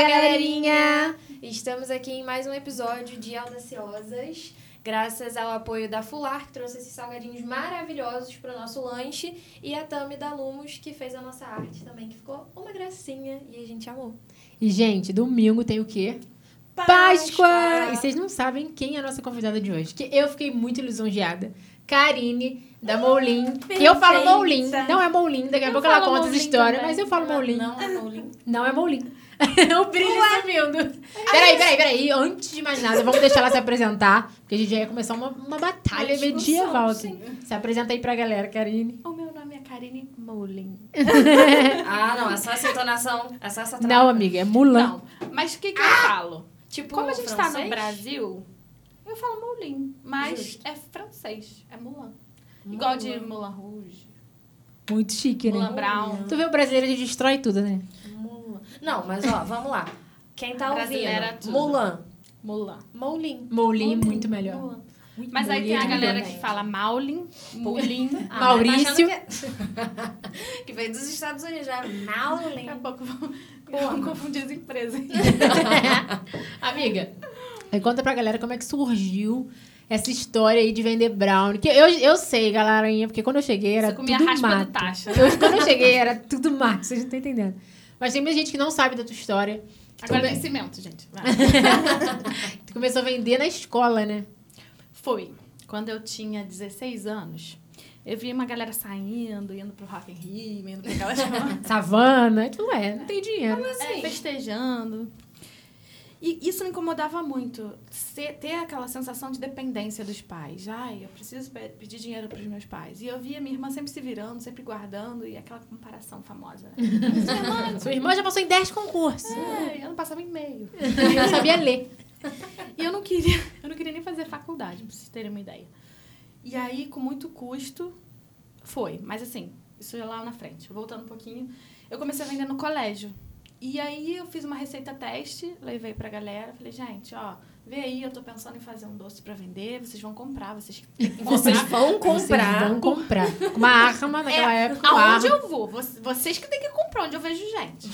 galerinha! Estamos aqui em mais um episódio de Audaciosas, graças ao apoio da Fular, que trouxe esses salgadinhos maravilhosos para o nosso lanche, e a Tami da Lumos, que fez a nossa arte também, que ficou uma gracinha e a gente amou. E, gente, domingo tem o quê? Páscoa! E vocês não sabem quem é a nossa convidada de hoje, que eu fiquei muito lisonjeada. Karine, da Moulin. Que eu falo Moulin, não é Moulin. Daqui a pouco ela conta essa história, mas eu falo Moulin. Não é Moulin. Não é Moulin. O brilho sumindo. Peraí. Antes de mais nada, vamos deixar ela se apresentar, porque a gente já ia começar uma batalha medieval aqui. Sim. Se apresenta aí pra galera, Karine. O meu nome é Karine Moulin. Ah, não, é só essa entonação, é só essa trava. Não, amiga, é Mulan. Não, mas o que eu falo? Tipo, Como a gente tá no francês? Brasil, eu falo Moulin, mas Justo. é francês, é Mulan. Igual de Moulin Rouge, Muito chique, né? Moulin Brown. Tu vê o brasileiro, a gente destrói tudo, né? Mulan. Não, mas ó, vamos lá. Quem tá Brasileira ouvindo? tudo. Mulan. Mulan. Moulin. Moulin, muito melhor. Mulan. Muito Mas aí tem a Moulin, galera muito que fala Maulin, Moulin. Maurício. Que veio dos Estados Unidos já. Maulin. Daqui a pouco vão confundir as empresas. Amiga, aí conta pra galera como é que surgiu essa história aí de vender brownie. Que eu sei, galerinha, porque quando eu cheguei era Você comia tudo raspa mato. do taxa. Quando eu cheguei era tudo mato, vocês não estão entendendo. Mas tem muita gente que não sabe da tua história. Agora tem cimento, gente. Vai. Tu começou a vender na escola, né? Foi. Quando eu tinha 16 anos, eu vi uma galera saindo, indo pro Rock in Rio, indo pra aquelas coisas. Savana, tu não tem dinheiro. Festejando. E isso me incomodava muito. Ter aquela sensação de dependência dos pais. Ai, eu preciso pedir dinheiro pros meus pais. E eu via minha irmã sempre se virando, sempre guardando, e aquela comparação famosa. Né? Sua irmã já passou em 10 concursos. Eu não passava em meio. E eu sabia ler. E eu não queria nem fazer faculdade, pra vocês terem uma ideia. E aí, com muito custo, foi. Mas assim, isso é lá na frente. Voltando um pouquinho, eu comecei a vender no colégio. E aí, eu fiz uma receita teste, levei pra galera. Falei, gente, ó, vê aí, eu tô pensando em fazer um doce pra vender. Vocês vão comprar, vocês têm que Vocês comprar. vão comprar. Vocês vão comprar. Uma arma naquela época. Uma Aonde arma. eu vou? Vocês que têm que comprar, onde eu vejo gente.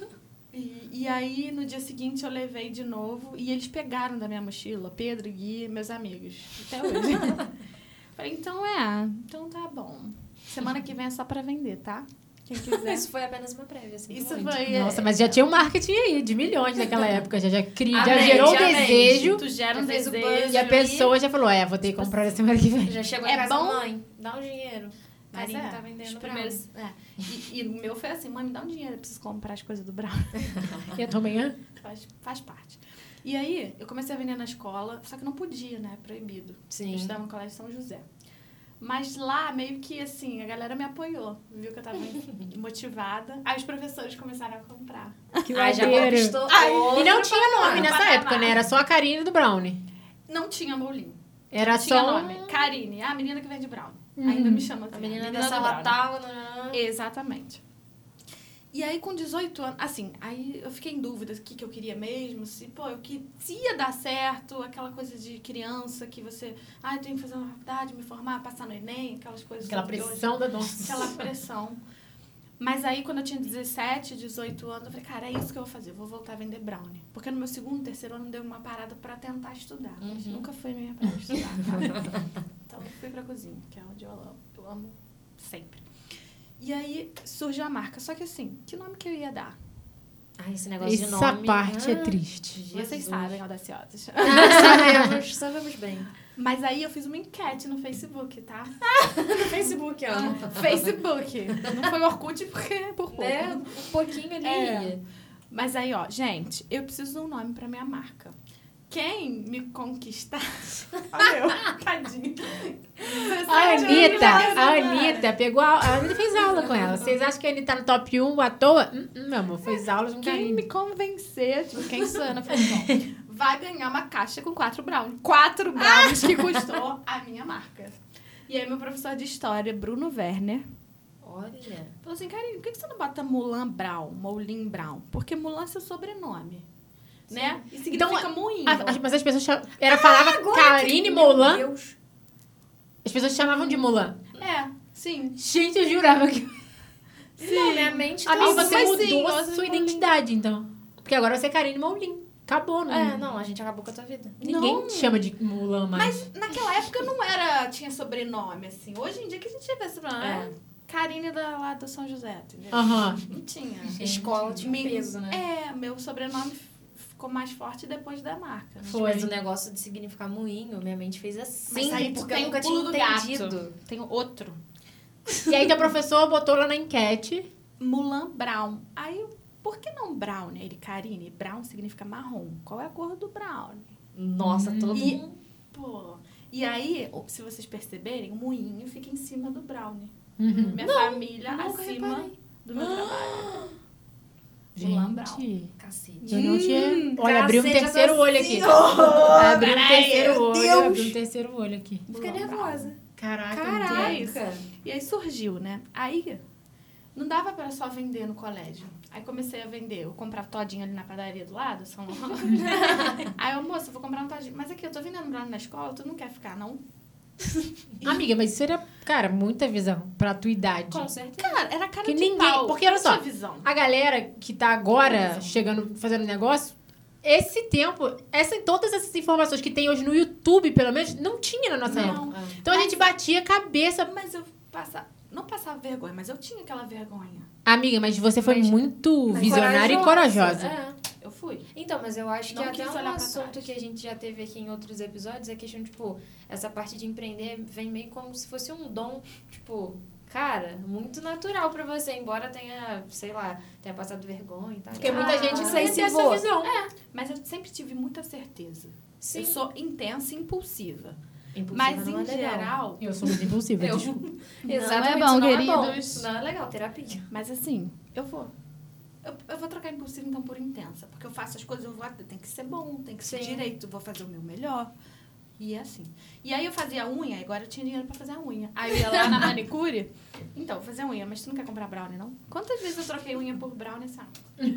E aí, no dia seguinte, eu levei de novo. E eles pegaram da minha mochila, Pedro, Gui, meus amigos. Até hoje. Falei, então tá bom. Semana que vem é só pra vender, tá? Quem quiser. Isso foi apenas uma prévia, assim. Isso muito. foi... Nossa, mas já tinha um marketing aí, de milhões naquela época. Já Amém, gerou um já vende. desejo. Tu gera um Já fez o desejo. buzz E a pessoa já falou, vou ter que comprar na semana que vem. Já chegou É em casa, bom? mãe, dá um dinheiro. Mas Karine tá vendendo os brownie. primeiros... E o meu foi assim, mãe, me dá um dinheiro, eu preciso comprar as coisas do Brown. E a tua manhã? Faz parte. E aí, eu comecei a vender na escola, só que não podia, né? Proibido. Eu Sim. estudava no Colégio São José. Mas lá, meio que assim, a galera me apoiou. Viu que eu tava motivada. Aí os professores começaram a comprar. Que Ah, já maneiro. conquistou E não outro tinha nome patamar. nessa patamar. época, né? Era só a Karine do Brownie. Não tinha Moulin. Era Não tinha só... nome. Karine, a menina que vende Brown. Ainda me chama assim. A menina do da sala Brownie. tal, né? Exatamente. E aí, com 18 anos, assim, aí eu fiquei em dúvida o que eu queria mesmo, se ia dar certo, aquela coisa de criança que você, eu tenho que fazer uma faculdade, me formar, passar no Enem, aquelas coisas. Aquela de hoje. pressão da nossa. Aquela pressão. Mas aí, quando eu tinha 17, 18 anos, eu falei, cara, é isso que eu vou fazer, eu vou voltar a vender brownie. Porque no meu segundo, terceiro ano, deu uma parada pra tentar estudar. Mas nunca foi minha praia estudar, tá? Então, eu fui pra cozinha, que é onde eu amo. Eu amo sempre. E aí, surgiu a marca. Só que assim, que nome que eu ia dar? Ai, esse negócio de Essa nome. parte é triste. Jesus. Vocês sabem, audaciosas. Sabemos bem. Mas aí, eu fiz uma enquete no Facebook, tá? No Facebook, ó. Facebook. Não foi Orkut, porque por pouco. Né? Um pouquinho ali. É. Mas aí, ó, gente, eu preciso de um nome pra minha marca. Quem me conquistar... Olha eu, tadinho. A Anitta pegou a Anitta fez aula com ela. Vocês acham que a Anitta tá no top 1 à toa? Meu amor, fez aulas com Quem Karine. me convencer, tipo, quem sou eu na bom, vai ganhar uma caixa com 4 brownies. 4 brownies que custou a minha marca. E aí, meu professor de história, Bruno Werner, Olha. falou assim, Karine, por que você não bota Moulin Brown, Moulin Brown? Porque Moulin é seu sobrenome. Né? E significa moinho. Mas as pessoas falavam Karine Moulin. Meu Deus. As pessoas chamavam de Moulin. Sim. Gente, eu jurava que... Não, minha mente tá Amiga, você Algumas mudou sim, a outras sua não. identidade, então. Porque agora você é Karine Moulin. Acabou, né? Não, a gente acabou com a tua vida. Ninguém te chama de Mulan mais. Mas naquela época não tinha sobrenome, assim. Hoje em dia que a gente vê sobrenome. Karine lá do São José, entendeu? Aham. Não tinha. Escola tinha peso, né? Meu sobrenome ficou mais forte depois da marca. Foi. Mas o negócio de significar moinho, minha mente fez assim. Mas aí porque tem eu nunca o pulo tinha do entendido. gato. Tem outro. E aí teu professor botou lá na enquete. Mulan Brown. Aí, por que não Brown? Ele, Karine, Brown significa marrom. Qual é a cor do Brown? Nossa, todo E, mundo... pô... E aí, se vocês perceberem, o moinho fica em cima do Brownie. Uhum. Minha família nunca acima reparei. do meu trabalho. Mulan Brown. Gente, Cacete. eu não tinha... Olha, abriu um cacete, terceiro eu tô olho assim, aqui. ó. Abriu um Peraí, terceiro meu olho. Deus. Abriu um terceiro olho aqui. Fiquei Mulan nervosa. Caraca, Caraca. meu Deus. E aí surgiu, né? Aí, não dava pra só vender no colégio. Aí comecei a vender. Eu comprava todinho ali na padaria do lado, São Laurent. Aí eu, moça, eu vou comprar um todinho. Mas aqui, eu tô vendendo brownie na escola, tu não quer ficar, não? Amiga, mas isso era, cara, muita visão pra tua idade. Com certeza. Cara, era cara Que de ninguém- pau. porque olha Essa só, visão. A galera que tá agora chegando, fazendo negócio, esse tempo, todas essas informações que tem hoje no YouTube, pelo menos, não tinha na nossa Não. época. Então a gente batia a cabeça. Mas eu não passava vergonha, mas eu tinha aquela vergonha. Amiga, mas você foi Mas- muito visionária e corajosa. É. Eu fui. Então, mas eu acho que Não até quis um olhar pra assunto trás. que a gente já teve aqui em outros episódios é a questão, tipo, essa parte de empreender vem meio como se fosse um dom, tipo, cara, muito natural pra você, embora tenha, sei lá, tenha passado vergonha e tal. Porque muita gente não sei tem se essa vou. visão. Mas eu sempre tive muita certeza. Sim. Eu sou intensa e impulsiva. Impulsiva Mas, não é em legal. geral... Eu sou muito impulsiva, Eu- desculpa. Exatamente, bom, isso não queridos. é bom. Isso não é legal, terapia. Mas assim, eu vou trocar impulsiva, então, por intensa. Porque eu faço as coisas, tem que ser bom, tem que ser Sim. direito, vou fazer o meu melhor. E é assim. E aí eu fazia unha, agora eu tinha dinheiro pra fazer a unha. Aí eu ia lá na manicure, então, fazer a unha, mas tu não quer comprar brownie, não? Quantas vezes eu troquei unha por brownie, sabe?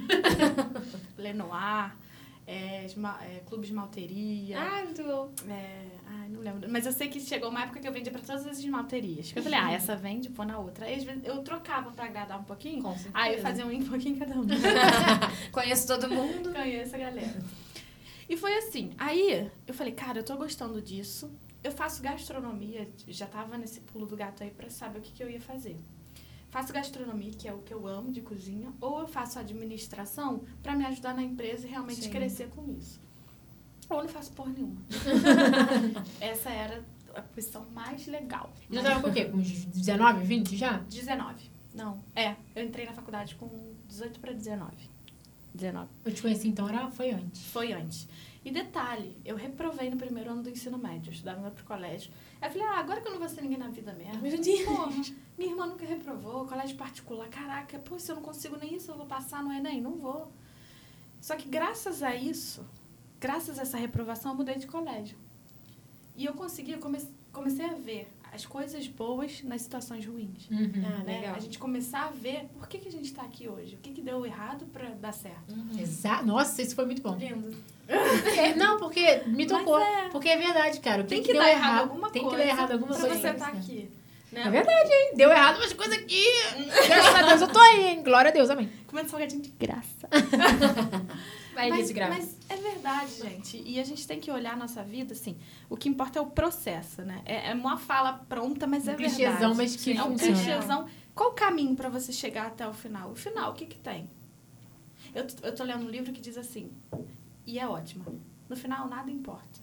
Lenoir, Clube de Esmalteria. Ah, muito bom. Não lembro. Mas eu sei que chegou uma época que eu vendia pra todas as esmalterias. Que eu falei, essa vende, pôr na outra. Aí às vezes eu trocava pra agradar um pouquinho. Com certeza. Aí eu fazia um pouquinho em cada um. Conheço todo mundo. Conheço a galera. E foi assim. Aí eu falei, cara, eu tô gostando disso. Eu faço gastronomia. Já tava nesse pulo do gato aí pra saber o que eu ia fazer. Faço gastronomia, que é o que eu amo de cozinha. Ou eu faço administração pra me ajudar na empresa e realmente Sim. crescer com isso. Ou não faço porra nenhuma. Essa era a posição mais legal. Já tava com o quê? Com uns 19, 20 já? 19. Não. Eu entrei na faculdade com 18 para 19. 19. Eu te conheci então, foi antes. Foi antes. E detalhe, eu reprovei no primeiro ano do ensino médio. Eu estudava em outro colégio. Aí eu falei, agora que eu não vou ser ninguém na vida mesmo. Meu Deus. Porra, minha irmã nunca reprovou, colégio particular. Caraca, pô, se eu não consigo nem isso, eu vou passar no Enem? Não vou. Só que graças a isso, graças a essa reprovação, eu mudei de colégio. E eu comecei a ver as coisas boas nas situações ruins. Ah, Né? legal. A gente começar a ver por que a gente está aqui hoje. O que deu errado para dar certo. Exato. Nossa, isso foi muito bom. Lindo. Não, porque me tocou. Mas Porque é verdade, cara. O Tem que que deu dar errado alguma tem coisa que dar errado alguma pra coisa. você estar aqui. Né? É verdade, hein? Deu errado umas coisas aqui. Graças a Deus eu tô aí, hein? Glória a Deus, amém. Comendo salgadinho de graça. Vai, Mas, Alice, grava. mas é verdade, gente. E a gente tem que olhar a nossa vida, assim. O que importa é o processo, né? É uma fala pronta, mas é verdade. clichêzão, mas que é um funciona. clichêzão. Qual o caminho pra você chegar até o final? O final, o que tem? Eu tô lendo um livro que diz assim, e é ótimo. No final, nada importa.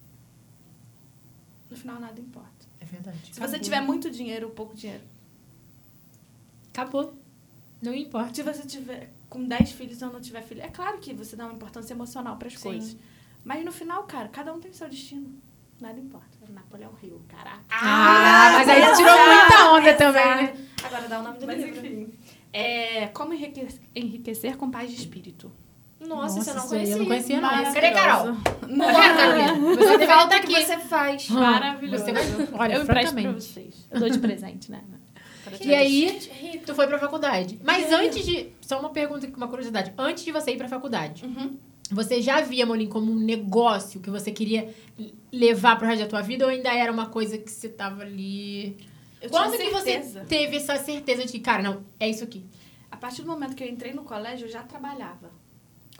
No final, nada importa. É verdade. Se você tiver muito dinheiro ou pouco dinheiro. Acabou. Não importa. Se você tiver com 10 filhos ou não tiver filho, é claro que você dá uma importância emocional para as Sim. coisas. Mas no final, cara, cada um tem seu destino. Nada importa. Napoleão Hill, caraca. Mas aí você tirou muita onda também, né? Agora dá o nome do Mas livro. enfim. Como enriquecer com paz de espírito. Nossa, você não isso aí conhecia. eu não conhecia, não. Maravilhoso. Cadê, Carol? Não, Cadê, Carolina? Você deveria Fala estar o que aqui. você faz. maravilhoso. Você vai... Olha, eu empresto pra francamente. vocês. Eu dou de presente, né? E aí, tu foi pra faculdade. Mas antes de... Só uma pergunta, uma curiosidade. Antes de você ir pra faculdade, você já via Moulin como um negócio que você queria levar pro resto da tua vida? Ou ainda era uma coisa que você tava ali... Eu Quando tinha que você certeza. teve essa certeza de que, cara, não, é isso aqui? A partir do momento que eu entrei no colégio, eu já trabalhava.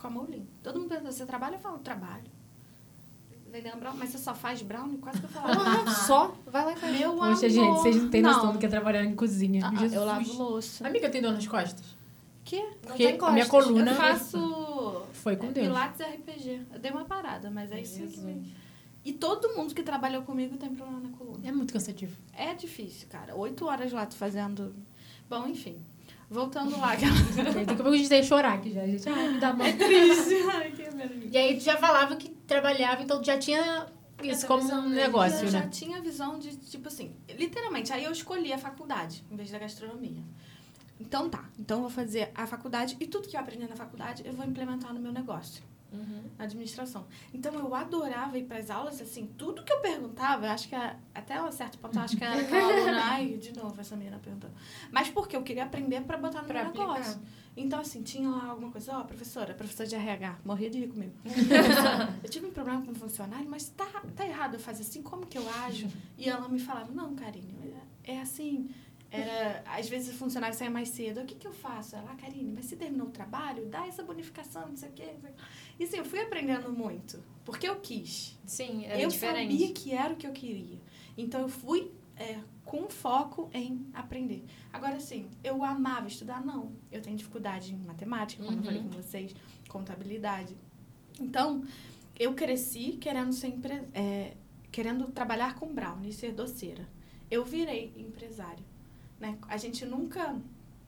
com a Moulin. Todo mundo pergunta, você trabalha? Eu falo, trabalho. Vendendo brownie, mas você só faz brownie? Quase que eu falo, só? Vai lá e faz. Meu amor. Poxa, gente, vocês não têm noção Não. do que é trabalhar em cozinha. Jesus. Eu lavo louça. Amiga, tem dor nas costas? Que? Não Porque tem a minha costas. coluna Eu faço foi com Deus. Pilates e RPG. Eu dei uma parada, mas é isso Jesus. que... E todo mundo que trabalhou comigo tem problema na coluna. É muito cansativo. É difícil, cara. 8 horas lá tu fazendo... Bom, enfim. Voltando lá. Daqui a pouco a gente tem que chorar aqui já. A gente, me dá mal. É triste. Ai, que medo. E aí tu já falava que trabalhava, então tu já tinha isso Essa como visão, um né? negócio, Eu né? já tinha a visão de, tipo assim... Literalmente, aí eu escolhi a faculdade, em vez da gastronomia. Então tá. Então eu vou fazer a faculdade e tudo que eu aprendi na faculdade eu vou implementar no meu negócio. Na administração. Então, eu adorava ir para as aulas, assim, tudo que eu perguntava, acho que até um certo ponto, acho que era aquela aluna, ai, de novo, essa menina perguntando. Mas porque eu queria aprender para botar no meu negócio. Então, assim, tinha lá alguma coisa, professora de RH, morria de rir comigo. Eu tive um problema com um funcionário, mas tá errado eu fazer assim, como que eu ajo? E ela me falava, não, Karine, é assim... Às vezes o funcionário saia mais cedo. O que eu faço? Ela, Karine, mas se terminou o trabalho, dá essa bonificação, não sei o quê. E assim, eu fui aprendendo muito. Porque eu quis. Sim, era eu diferente. sabia que era o que eu queria. Então, eu fui com foco em aprender. Agora, assim, eu amava estudar? Não. Eu tenho dificuldade em matemática, como eu falei com vocês, contabilidade. Então, eu cresci querendo trabalhar com brownie e ser doceira. Eu virei empresária. Né? A gente nunca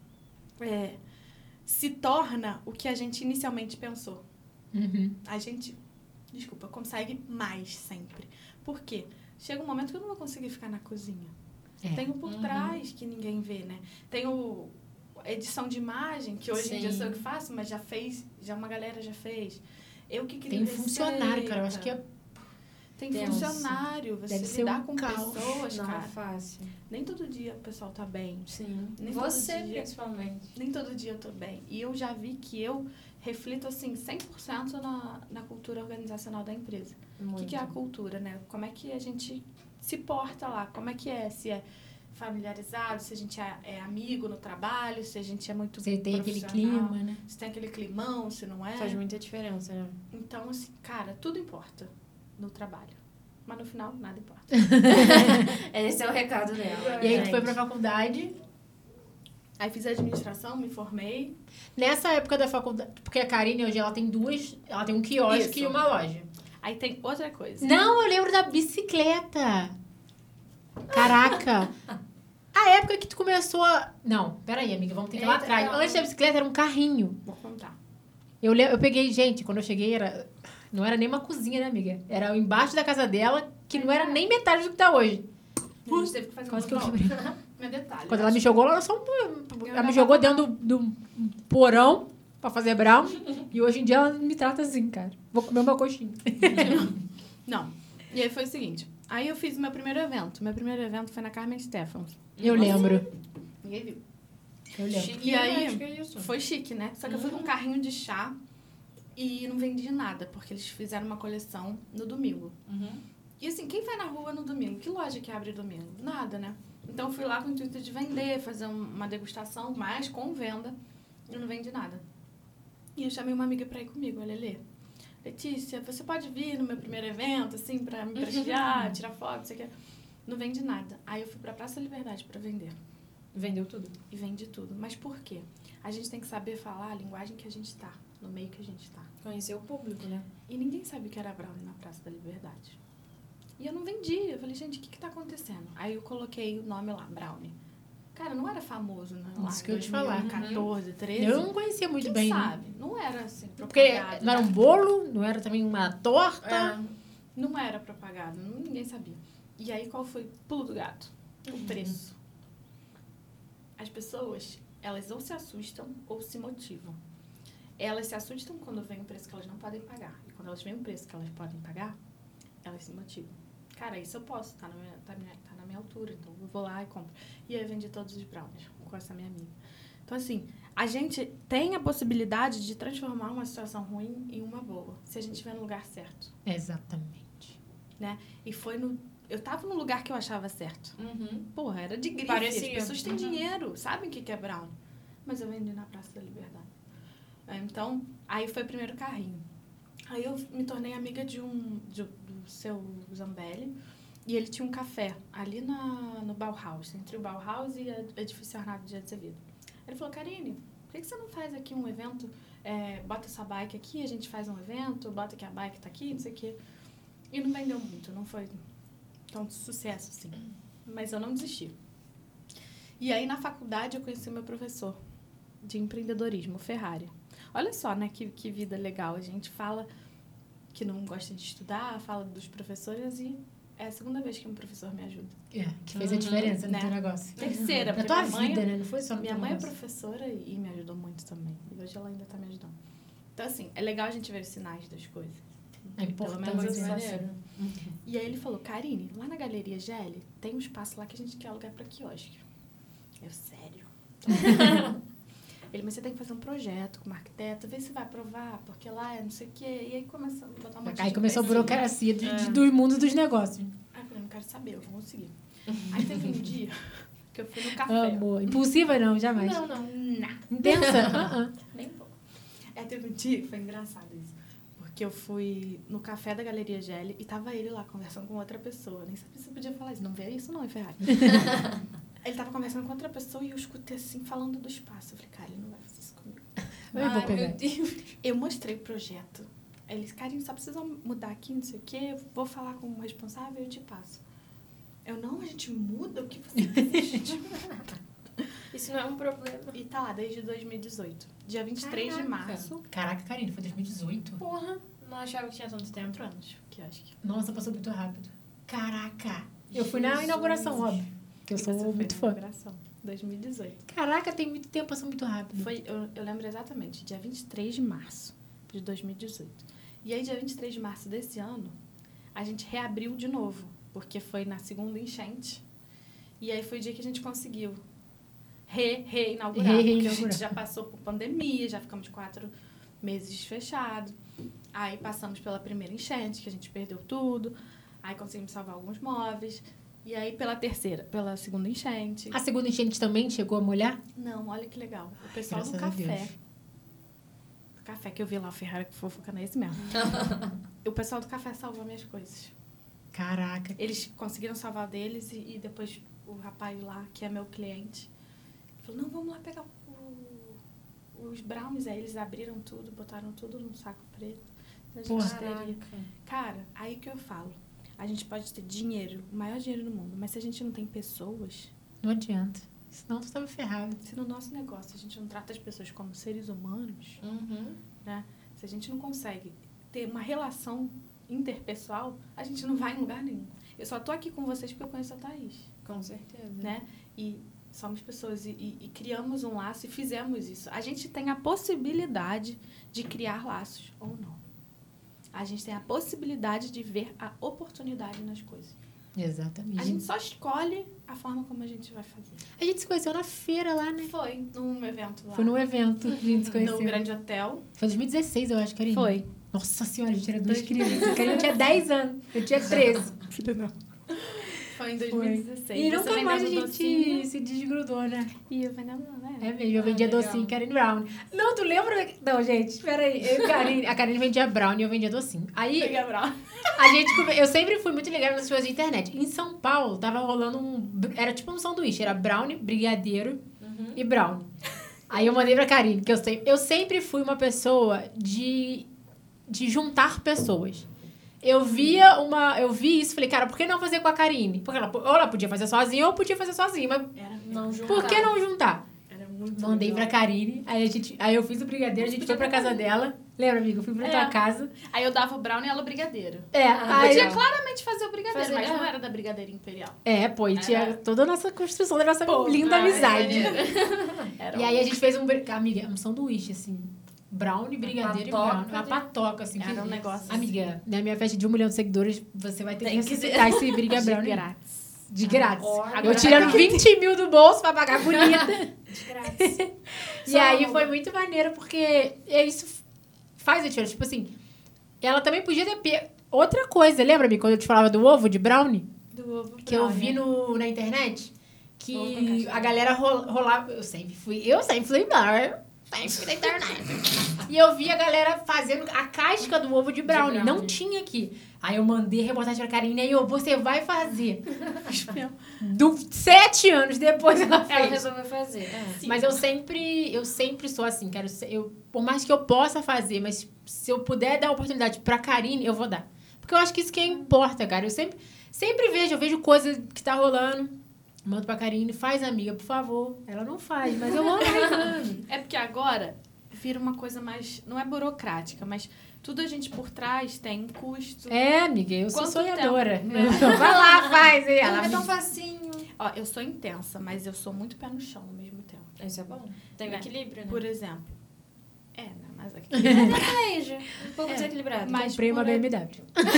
se torna o que a gente inicialmente pensou. A gente, consegue mais sempre. Por quê? Chega um momento que eu não vou conseguir ficar na cozinha. Tem o por trás que ninguém vê, né? Tem edição de imagem, que hoje em dia sou eu que faço, mas uma galera já fez. Eu que queria Tem funcionário, cara, eu acho que Tem funcionário, você lidar com pessoas, não cara. Não é fácil. Nem todo dia o pessoal tá bem. Sim. Nem você, todo dia, principalmente. Nem todo dia eu tô bem. E eu já vi que eu reflito, assim, 100% na cultura organizacional da empresa. O que é a cultura, né? Como é que a gente se porta lá? Como é que é? Se é familiarizado, se a gente é amigo no trabalho, se a gente é muito Você tem aquele clima, né? Se tem aquele climão, se não é. Faz muita diferença, né? Então, assim, cara, tudo importa no trabalho. Mas no final, nada importa. Esse é o recado dela. E aí tu foi pra faculdade. Aí fiz administração, me formei. Nessa época da faculdade, porque a Karine hoje ela tem um quiosque e uma loja. Aí tem outra coisa. Não, eu lembro da bicicleta. Caraca. A época que tu começou a... Não, peraí, amiga, vamos ter que ir lá atrás. Antes da bicicleta era um carrinho. Vou contar. Eu peguei, gente, quando eu cheguei não era nem uma cozinha, né, amiga? Era embaixo da casa dela, que não era nem metade do que tá hoje. Você teve que fazer Quase que eu quebrei. Meu detalhe. Quando ela me jogou, ela me jogou dentro do porão pra fazer brown. E hoje em dia ela me trata assim, cara. Vou comer uma coxinha. Não. E aí foi o seguinte. Aí eu fiz o meu primeiro evento. Meu primeiro evento foi na Carmen Stephens. Eu lembro. Ninguém viu. Eu lembro. Chique, E aí, acho que é isso. foi chique, né? Só que eu fui com um carrinho de chá e não vendi nada, porque eles fizeram uma coleção no domingo. E assim, quem vai na rua no domingo? Que loja que abre domingo? Nada, né? Então eu fui lá com o intuito de vender, fazer uma degustação, mas com venda, e não vendi nada. E eu chamei uma amiga pra ir comigo, a Lelê. Letícia, você pode vir no meu primeiro evento, assim, pra me prestigiar, tirar foto, não sei o quê. Não vende nada. Aí eu fui pra Praça da Liberdade pra vender. Vendeu tudo. E vendi tudo. Mas por quê? A gente tem que saber falar a linguagem que a gente tá, no meio que a gente tá. Conhecer o público, né? E ninguém sabia o que era brownie na Praça da Liberdade. E eu não vendi. Eu falei, gente, o que tá acontecendo? Aí eu coloquei o nome lá, brownie. Cara, não era famoso, né? Lá Isso em que eu ia te falar. 2014, 13. Eu não conhecia muito Quem bem. sabe? Não era assim, Porque propagado. não era um bolo, não era também uma torta. Não era propagado, ninguém sabia. E aí, qual foi o pulo do gato? O preço. As pessoas, elas ou se assustam ou se motivam. Elas se assustam quando vem um preço que elas não podem pagar. E quando elas veem um preço que elas podem pagar, elas se motivam. Cara, isso eu posso, tá na minha altura, então eu vou lá e compro. E aí eu vendi todos os brownies com essa minha amiga. Então, assim, a gente tem a possibilidade de transformar uma situação ruim em uma boa, se a gente estiver no lugar certo. Exatamente. Né? E foi eu tava no lugar que eu achava certo. Porra, era de grife. Parecia. As pessoas têm dinheiro, sabem o que é brownie. Mas eu vendi na Praça da Liberdade. Então, aí foi o primeiro carrinho. Aí eu me tornei amiga do seu Zambelli. E ele tinha um café ali no Bauhaus, entre o Bauhaus e o Edifício Arnaldo de Azevedo. Ele falou, Karine, por que você não faz aqui um evento? Bota essa bike aqui, a gente faz um evento, bota que a bike tá aqui, não sei o quê. E não vendeu muito, não foi tão sucesso assim. Mas eu não desisti. E aí, na faculdade, eu conheci o meu professor de empreendedorismo, o Ferrari. Olha só, né, que vida legal. A gente fala que não gosta de estudar, fala dos professores e é a segunda vez que um professor me ajuda. Que fez a diferença no teu negócio. Terceira, na tua vida, né? Não foi só no minha teu mãe é negócio. professora e me ajudou muito também. E hoje ela ainda tá me ajudando. Então, assim, é legal a gente ver os sinais das coisas. É importante. Pelo menos eu sou maneiro. assim. E aí ele falou, Karine, lá na Galeria GL tem um espaço lá que a gente quer alugar pra quiosque. Eu, sério? Ele, mas você tem que fazer um projeto com uma arquiteta, ver se vai aprovar, porque lá é não sei o quê. E aí começou a botar uma Aí começou a empecilho. burocracia do mundo dos negócios. Aí eu falei, não quero saber, eu vou conseguir. Aí teve um dia que eu fui no café. Amor. Impulsiva não, jamais. Não. Intensa? Nem um pouco. Aí teve um dia que foi engraçado isso. Porque eu fui no café da Galeria GL e tava ele lá conversando com outra pessoa. Nem sabia se podia falar isso. Não vê isso não, hein, Ferrari? Ele tava conversando com outra pessoa e eu escutei assim, falando do espaço. Eu falei, cara, ele não vai fazer isso comigo. Eu vou pegar. Meu Deus. Eu mostrei o projeto. Aí eles, Karine, só precisa mudar aqui, não sei o quê. Eu vou falar com o responsável e eu te passo. Eu, não, a gente muda o que você deseja. Isso não é um problema. E tá lá desde 2018. Dia 23 de Caraca. março. Caraca, Karine, foi 2018? Porra. Não achava que tinha tanto tempo. 4 anos, que eu acho que. Nossa, passou muito rápido. Caraca. Eu fui na inauguração, óbvio. Que eu E você sou foi muito na fã. inauguração, 2018. Caraca, tem muito tempo, passou muito rápido. Foi, eu lembro exatamente, dia 23 de março de 2018. E aí, dia 23 de março desse ano, a gente reabriu de novo, porque foi na segunda enchente. E aí foi o dia que a gente conseguiu reinaugurar. Porque a gente já passou por pandemia, já ficamos 4 meses fechados. Aí passamos pela primeira enchente, que a gente perdeu tudo. Aí conseguimos salvar alguns móveis. E aí pela segunda enchente. A segunda enchente também chegou a molhar? Não, olha que legal. O pessoal do graças a café. Deus. O café que eu vi lá, o Ferrari que fofocando é esse mesmo. O pessoal do café salvou minhas coisas. Caraca. Eles conseguiram salvar deles e depois o rapaz lá, que é meu cliente, falou, não, vamos lá pegar os brownies. Aí eles abriram tudo, botaram tudo num saco preto. Cara, aí que eu falo. A gente pode ter dinheiro, o maior dinheiro do mundo, mas se a gente não tem pessoas... Não adianta. Senão tu tava ferrado. Se no nosso negócio a gente não trata as pessoas como seres humanos, né? Se a gente não consegue ter uma relação interpessoal, a gente não vai em lugar nenhum. Eu só tô aqui com vocês porque eu conheço a Thaís. Com certeza. Né? E somos pessoas e criamos um laço e fizemos isso. A gente tem a possibilidade de criar laços ou não. A gente tem a possibilidade de ver a oportunidade nas coisas. Exatamente. A gente só escolhe a forma como a gente vai fazer. A gente se conheceu na feira lá, né? Foi num evento lá. Foi num evento que a gente se conheceu. No Grande Hotel. Foi 2016, eu acho, Karine. Foi. Nossa senhora, a gente era 2 crianças. A Karine tinha 10 anos. Eu tinha 13. Filha não. Foi em 2016. E Você nunca mais a vendendo gente docinho. se desgrudou, né? E eu vendendo, né? É mesmo, eu vendia legal. docinho, Karine Brown. Não, tu lembra? Não, gente, espera aí. A Karine vendia Brown e eu vendia docinho. Aí, Peguei a Brown. eu sempre fui muito ligada nas coisas de internet. Em São Paulo, tava rolando era tipo um sanduíche. Era brownie, brigadeiro e brownie. Aí eu mandei pra Karine, que eu sempre fui uma pessoa de juntar pessoas. Eu vi isso, falei, cara, por que não fazer com a Karine? Porque ela podia fazer sozinha ou eu podia fazer sozinha, mas Não juntar. por que não juntar? Era muito Mandei legal. pra Karine, aí eu fiz o brigadeiro, a gente foi pra casa dela. Lembra, amiga? Eu fui pra tua casa. Aí eu dava o brownie e ela o brigadeiro. Aí, Podia claramente fazer o brigadeiro, Fazer, mas não é. era da brigadeira imperial. pô, e tinha toda a nossa construção da nossa Pô, linda amizade. Era E aí a gente fez amiga, um sanduíche, assim, brownie, brigadeiro e brownie. Uma patoca, assim. Era um negócio Amiga, na minha festa de 1 milhão de seguidores, você vai ter Tem que que visitar esse briga de brownie. grátis. De grátis. Agora Eu tirando 20 mil do bolso pra pagar bonita. De graça. E aí foi muito maneiro, porque isso faz a diferença. Tipo assim, ela também podia ter... Outra coisa, lembra-me quando eu te falava do ovo de brownie? Do ovo Que eu vi na internet? Ovo com Que cachorro. a galera rolava... Eu sempre fui bar. Sempre da internet. E eu vi a galera fazendo a casca do ovo de brownie. Não tinha aqui. Aí eu mandei reportagem pra Karine e você vai fazer. 7 anos depois ela fez. Ela resolveu fazer. Mas eu sempre sou assim. Por mais que eu possa fazer, mas se eu puder dar oportunidade pra Karine, eu vou dar. Porque eu acho que isso que importa, cara. Eu sempre vejo coisa que tá rolando. Mando pra Karine, faz, amiga, por favor. Ela não faz, mas eu amo reclame. É porque agora vira uma coisa mais... Não é burocrática, mas tudo a gente por trás tem um custo. É, amiga, eu sou Quanto sonhadora. tempo? Vai lá, faz. E ela... É tão facinho. Ó, eu sou intensa, mas eu sou muito pé no chão ao mesmo tempo. Isso é bom. Tem um equilíbrio, né? Por exemplo... mas aqui... Um pouco desequilibrado. Mas Comprei uma BMW.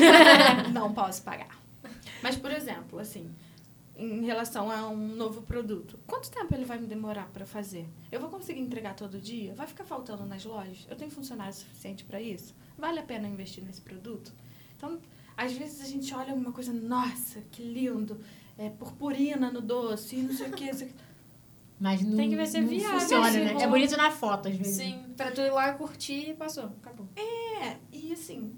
Não posso pagar. Mas, por exemplo, assim... Em relação a um novo produto. Quanto tempo ele vai me demorar para fazer? Eu vou conseguir entregar todo dia? Vai ficar faltando nas lojas? Eu tenho funcionário suficiente para isso? Vale a pena investir nesse produto? Então, às vezes a gente olha uma coisa, nossa, que lindo, purpurina no doce, não sei o que. Mas não, tem que ver se é não viável, funciona, se né? rola. É bonito na foto, às vezes. Sim, pra tu ir lá curtir e passou. Acabou. E assim,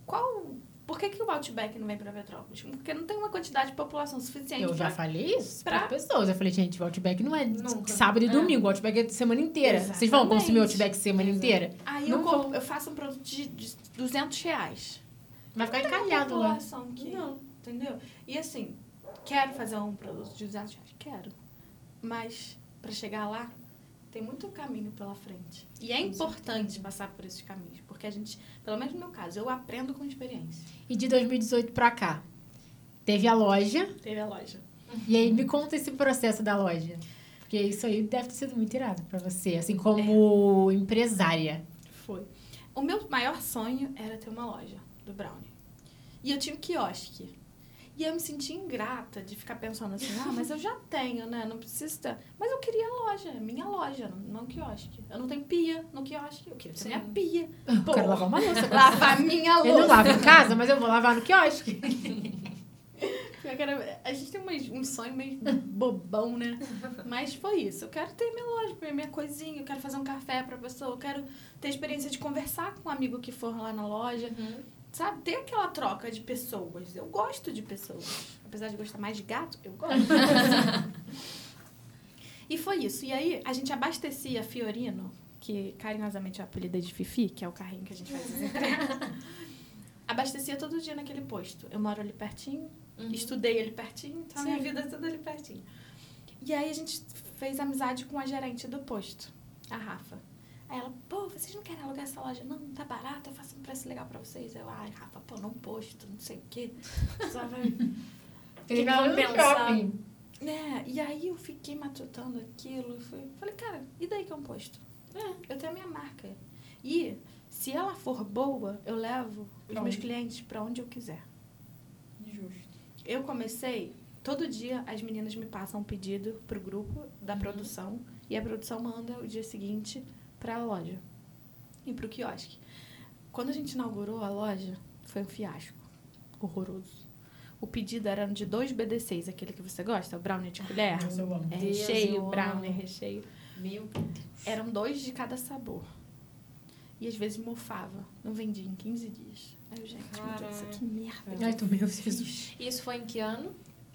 por que o Outback não vem para Petrópolis? Porque não tem uma quantidade de população suficiente. Eu já pra... falei isso para as pessoas. Eu falei, gente, o Outback não é Nunca. sábado e domingo. O Outback é de semana inteira. Exatamente. Vocês vão consumir o Outback semana inteira? Aí Não eu faço um produto de R$200. Vai ficar Tem uma encalhado lá. população que... Não. Entendeu? E assim, quero fazer um produto de R$200. Quero. Mas, para chegar lá, tem muito caminho pela frente. E é importante passar por esses caminhos. Porque a gente, pelo menos no meu caso, eu aprendo com experiência. E de 2018 pra cá? Teve a loja. Teve a loja. E aí, me conta esse processo da loja. Porque isso aí deve ter sido muito irado pra você. Assim, como empresária. Foi. O meu maior sonho era ter uma loja do Brownie. E eu tinha um quiosque. E eu me senti ingrata de ficar pensando assim, mas eu já tenho, né? Não preciso ter. Mas eu queria a loja, minha loja, não quiosque. Eu não tenho pia no quiosque, eu queria ter minha pia. Eu quero lavar uma louça. Lavar minha louça. Eu não lavo em casa, mas eu vou lavar no quiosque. A gente tem um sonho meio bobão, né? Mas foi isso. Eu quero ter minha loja, minha coisinha, eu quero fazer um café pra pessoa, eu quero ter a experiência de conversar com um amigo que for lá na loja. Sabe? Ter aquela troca de pessoas. Eu gosto de pessoas. Apesar de gostar mais de gato, eu gosto de pessoas. E foi isso. E aí, a gente abastecia a Fiorino, que carinhosamente é o apelido de Fifi, que é o carrinho que a gente faz as entregas. Abastecia todo dia naquele posto. Eu moro ali pertinho, estudei ali pertinho, então a minha vida é tudo ali pertinho. E aí, a gente fez amizade com a gerente do posto, a Rafa. Aí ela, vocês não querem alugar essa loja? Não, tá barato, eu faço um preço legal pra vocês. Eu, Rafa, não posto, não sei o quê. Só vai... Ele vai pensar. E aí eu fiquei matutando aquilo. Falei, cara, e daí que é um posto? Eu tenho a minha marca. E se ela for boa, eu levo os meus clientes pra onde eu quiser. Justo. Eu comecei, todo dia as meninas me passam um pedido pro grupo da produção. E a produção manda o dia seguinte pra loja e pro quiosque. Quando a gente inaugurou a loja, foi um fiasco horroroso. O pedido era de 2 BD6, aquele que você gosta, o brownie de colher. Eu amo. Recheio, brownie, recheio. Meu Deus. Eram 2 de cada sabor. E às vezes mofava. Não vendia em 15 dias. Aí eu, gente, meu Deus, que merda. Ai, tô meu Jesus. E isso foi em que ano?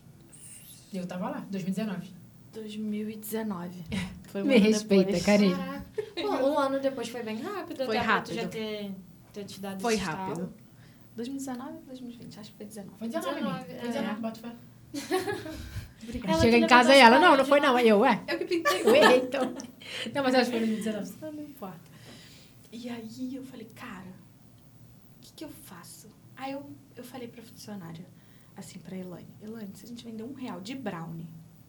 Eu tava lá, 2019. 2019. Foi um Me ano respeita, depois. Karine. Bom, um ano depois foi bem rápido. Foi até pra rápido. tu já ter te dado Foi esse rápido. estalo. 2019 ou 2020? Acho que foi 19. Foi 19, amiga. Foi 19, bota fé. Obrigada. Chega em casa e ela, não foi não. Aí eu, Eu que pintei. eu errei, então. Não, mas eu acho que foi 2019. Não importa. E aí eu falei, cara, o que eu faço? Aí eu falei pra funcionária, assim, pra Elaine, se a gente vender R$1 de brownie,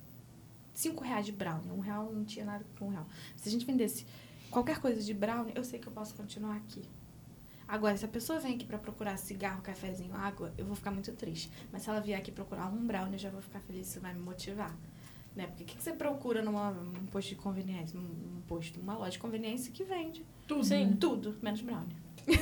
R$5 de brownie, R$1 não tinha nada com R$1. Se a gente vendesse qualquer coisa de brownie, eu sei que eu posso continuar aqui. Agora, se a pessoa vem aqui pra procurar cigarro, cafezinho, água, eu vou ficar muito triste. Mas se ela vier aqui procurar um brownie, eu já vou ficar feliz, isso vai me motivar. Né? Porque o que você procura num posto de conveniência? Uma loja de conveniência que vende. Tudo. Sim, tudo, menos brownie.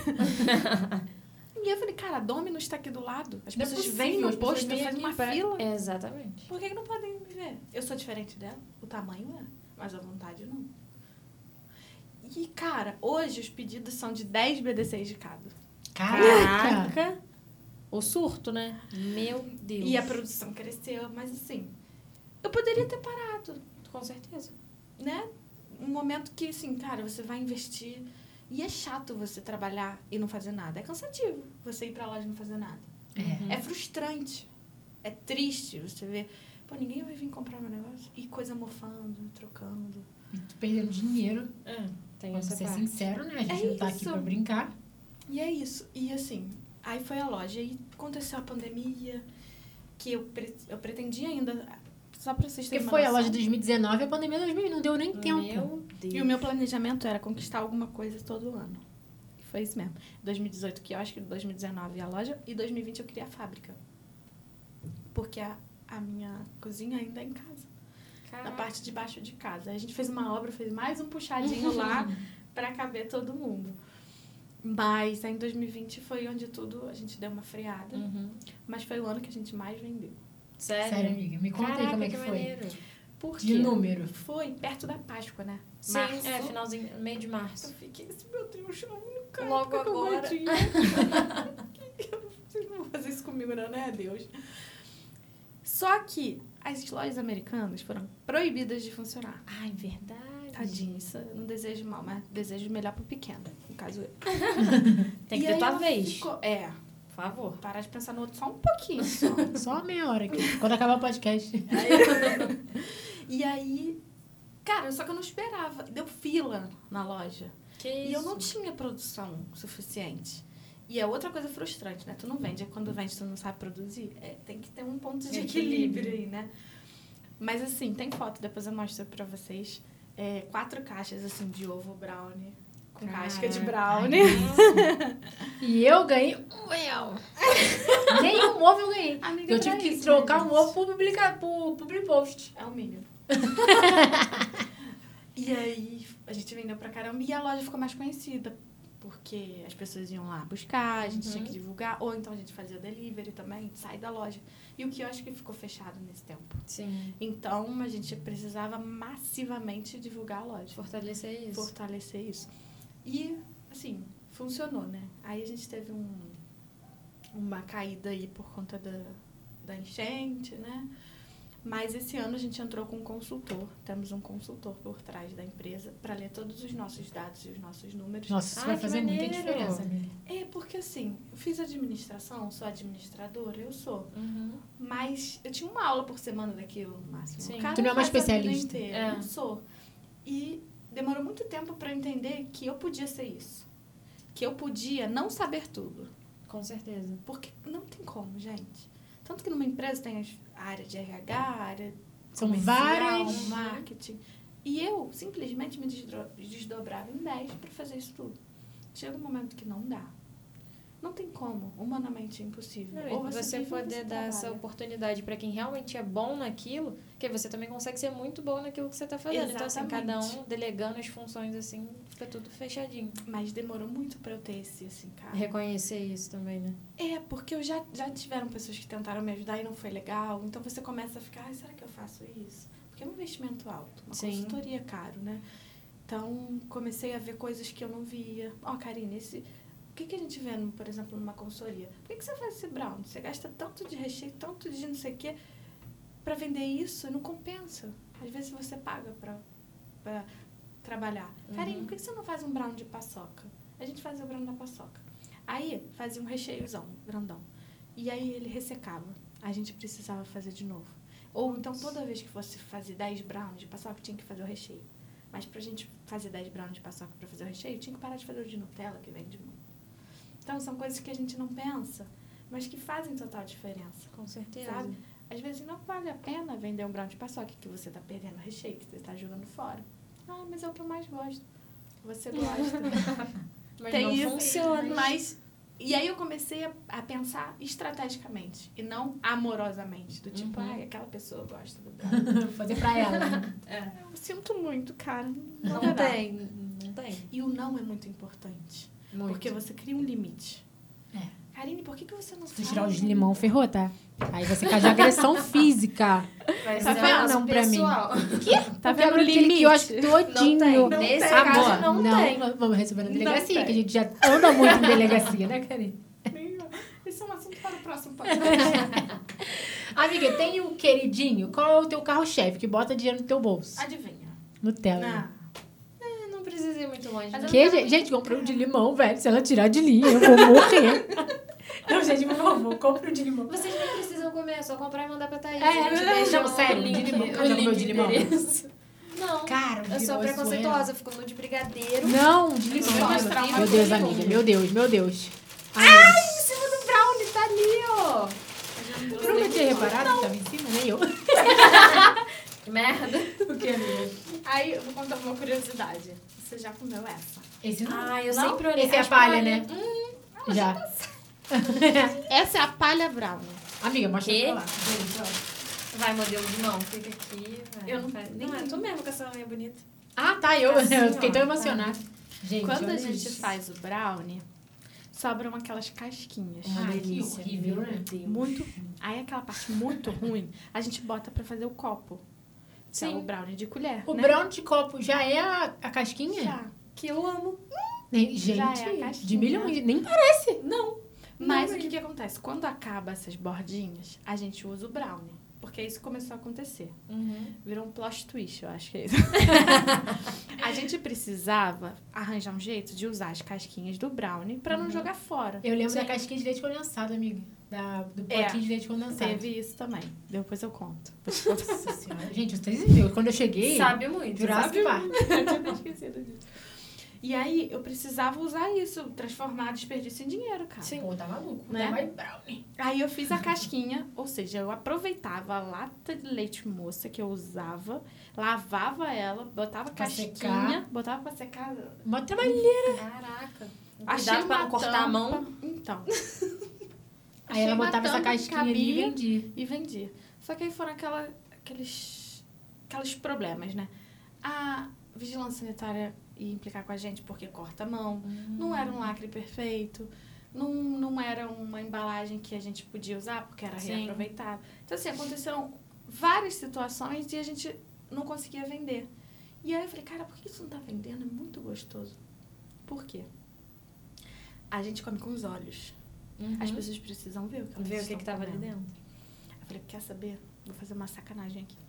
E eu falei, cara, a Domino's tá aqui do lado. As Não é pessoas possível, vêm no as pessoas posto, vêm fazem uma aqui pra- fila. Exatamente. Por que não podem me ver? Eu sou diferente dela? O tamanho é, mas a vontade não. E, cara, hoje os pedidos são de 10 BD6 de cada. Caraca! O surto, né? Meu Deus. E a produção cresceu, mas assim, eu poderia ter parado, Com certeza. né? Um momento que, assim, cara, você vai investir e é chato você trabalhar e não fazer nada. É cansativo você ir pra loja e não fazer nada. É frustrante. É triste você ver, pô, ninguém vai vir comprar meu negócio. E coisa mofando, trocando. E tu perdendo dinheiro. Tem Vamos essa ser parte. sincero, né? A gente É não tá aqui isso. pra brincar. E é isso. E assim, aí foi a loja. E aconteceu a pandemia, que eu pretendia ainda, só pra vocês Porque terem uma foi a noção. loja de 2019 e a pandemia de 2000, não deu nem tempo. Meu Deus. E o meu planejamento era conquistar alguma coisa todo ano. E foi isso mesmo. 2018 que eu acho que 2019 a loja e 2020 eu queria a fábrica. Porque a minha cozinha ainda é em casa. Caraca. Na parte de baixo de casa. Aí a gente fez uma obra, fez mais um puxadinho lá pra caber todo mundo. Mas aí em 2020 foi onde tudo a gente deu uma freada. Mas foi o ano que a gente mais vendeu. Sério, amiga. Me conta aí Caraca, como é que foi. maneiro. Por De quê? número. Foi perto da Páscoa, né? Sim, Março. finalzinho, meio de março. Eu fiquei assim, meu Deus, eu nunca. Logo porque eu agora. ganho dinheiro. Vocês não vão fazer isso comigo, não, né, Deus? Só que as lojas americanas foram proibidas de funcionar. Ai, verdade. Tadinho, isso eu não desejo mal, mas desejo melhor pro pequeno, no caso eu. Tem que E ter aí tua ela vez. ficou- Por favor. parar de pensar no outro só um pouquinho só. Só meia hora aqui. Quando acabar o podcast. E aí, cara, só que eu não esperava. Deu fila na loja. Que E isso? eu não tinha produção suficiente. E é outra coisa frustrante, né? Tu não vende. Quando vende, tu não sabe produzir. Tem que ter um ponto de equilíbrio aí, né? Mas assim, tem foto, depois eu mostro pra vocês. 4 caixas, assim, de ovo brownie. Com casca de brownie. E eu ganhei um real. Nenhum ovo eu ganhei. Amiga, Eu tive pra que isso, trocar né, um ovo pro public post. É o mínimo. E aí, a gente vendeu pra caramba e a loja ficou mais conhecida. Porque as pessoas iam lá buscar, a gente tinha que divulgar. Ou então a gente fazia delivery também, sai da loja. E o que eu acho que ficou fechado nesse tempo. Sim. Então, a gente precisava massivamente divulgar a loja. Fortalecer isso. Fortalecer isso. E, assim, funcionou, né? Aí a gente teve uma caída aí por conta da enchente, né? Mas esse ano a gente entrou com um consultor. Temos um consultor por trás da empresa para ler todos os nossos dados e os nossos números. Nossa, isso Ai, vai que fazer muita maneiro. diferença, amiga. Porque assim, eu fiz administração, sou administradora, eu sou. Uhum. Mas eu tinha uma aula por semana daquilo, no máximo. Sim. O cara Tu não é uma faz a vida especialista. inteira, Não sou. E demorou muito tempo para entender que eu podia ser isso. Que eu podia não saber tudo. Com certeza. Porque não tem como, gente. Tanto que numa empresa tem a área de RH, a área São comercial, várias. marketing. E eu simplesmente me desdobrava em 10 para fazer isso tudo. Chega um momento que não dá. Não tem como. Humanamente é impossível. Não, Ou e você vive ou poder você dar essa trabalha. oportunidade para quem realmente é bom naquilo, que você também consegue ser muito bom naquilo que você tá fazendo. Então, assim, cada um delegando as funções, assim, fica tudo fechadinho. Mas demorou muito para eu ter esse, assim, cara. Reconhecer isso também, né? Porque eu já tiveram pessoas que tentaram me ajudar e não foi legal. Então você começa a ficar, ai, será que eu faço isso? Porque é um investimento alto, uma Sim. consultoria caro, né? Então, comecei a ver coisas que eu não via. Karine, o que a gente vê, por exemplo, numa consultoria? Por que você faz esse brownie? Você gasta tanto de recheio, tanto de não sei o quê, pra vender isso, não compensa. Às vezes você paga pra trabalhar. Karine, por que você não faz um brownie de paçoca? A gente fazia o brownie da paçoca. Aí, fazia um recheiozão, grandão. E aí, ele ressecava. A gente precisava fazer de novo. Ou então, toda vez que fosse fazer 10 brownies de paçoca, tinha que fazer o recheio. Mas pra gente fazer 10 brownies de paçoca pra fazer o recheio, tinha que parar de fazer o de Nutella, que vende muito. Então, são coisas que a gente não pensa, mas que fazem total diferença. Com certeza. Sabe? Às vezes não vale a pena vender um brownie de paçoca, que você tá perdendo o recheio, que você tá jogando fora. Mas é o que eu mais gosto. Você gosta. Mas Tem não isso, funciona. Mas... E aí eu comecei a pensar estrategicamente e não amorosamente. Do tipo, aquela pessoa gosta do brownie. Fazer pra ela. Eu sinto muito, cara. Não vai dar. tem. Não tem. E o não é muito importante. Muito. Porque você cria um limite. Karine, por que você não Se faz? tirar o de limão, ferrou, tá? Aí você cai de agressão física. Vai Tá ser vendo? não pra mim. Tá Eu vendo quero o aquele limite? quiosque todinho. Não tem. Nesse Amor, caso, não tem. Vamos receber na delegacia, tem. que a gente já anda muito em delegacia, né, Karine? Esse é um assunto para o próximo podcast. Amiga, tem o queridinho? Qual é o teu carro-chefe que bota dinheiro no teu bolso? Adivinha. Nutella. Não precisa ir muito longe. Mas Né? eu- Que, gente, comprei um de limão, velho. Se ela tirar de linha, eu vou morrer. Não, gente, por favor, compre um de limão. Vocês não precisam comer, é só comprar e mandar pra Thaís. É, A gente deixa não, o sério, link- de limão. o Já comeu link de limão? endereço. Não, Cara, eu sou preconceituosa, eu fico no de brigadeiro. Não, de limão. Vou mostrar uma Meu Deus, coisa. amiga. Meu Deus, meu Deus. Ai, em cima do brownie, tá ali, ó. Eu nunca tinha reparado que tava em cima, nem eu. Que merda. O que, amiga? Aí eu vou contar uma curiosidade. Você já comeu essa? Esse não. Ai, eu Não? sempre olhei. Esse é a as palha, palhas. né? Já. Essa é a palha brownie. Amiga, mostra Quê? pra lá. Gente, ó. Vai, modelo de mão, fica aqui. Vai. Eu não- Não, é tu mesmo com essa unha bonita. Ah, tá. Eu Assim, fiquei ó, tão tá. emocionada. Gente, Quando a olha gente isso. faz o brownie, sobram aquelas casquinhas. Ai, que delícia, horrível, meu né? Deus. Muito ruim. Aí aquela parte muito ruim, a gente bota pra fazer o copo. Que é Sim. o brownie de colher, O né? brownie de copo já é a casquinha? Já. Que eu amo. Gente, Já é a casquinha. de milhões. Nem parece. Não. Mas Não, o que acontece? Quando acaba essas bordinhas, a gente usa o brownie. Porque isso começou a acontecer. Virou um plot twist, eu acho que é isso. A gente precisava arranjar um jeito de usar as casquinhas do brownie pra não jogar fora. Eu lembro Sim. da casquinha de leite condensado, amiga. Do É. potinho de leite condensado. Teve isso também. Depois eu conto. Nossa senhora. Gente, vocês viram. Quando eu cheguei, Sabe muito. Jurassic Park. Eu tinha esquecido disso. E aí, eu precisava usar isso, transformar desperdício em dinheiro, cara. Sim. Pô, tá maluco. Né? Vai brownie. Aí eu fiz a casquinha, ou seja, eu aproveitava a lata de leite moça que eu usava, lavava ela, botava Pra casquinha, secar. botava pra secar. Mó trabalheira. Caraca. Achei Cuidado pra uma não cortar a mão. tampa. Então. Aí ela Achei uma botava essa tampa que casquinha ali e cabia. vendia. E vendia. Só que aí foram aqueles problemas, né? A vigilância sanitária ia implicar com a gente porque corta a mão. Não era um lacre perfeito. Não era uma embalagem que a gente podia usar porque era Sim. reaproveitada. Então, assim, aconteceram várias situações e a gente não conseguia vender. E aí eu falei, cara, por que isso não tá vendendo? É muito gostoso. Por quê? A gente come com os olhos. As pessoas precisam ver o que elas Ver o que estão tava ali comendo. dentro. Eu falei, quer saber? Vou fazer uma sacanagem aqui.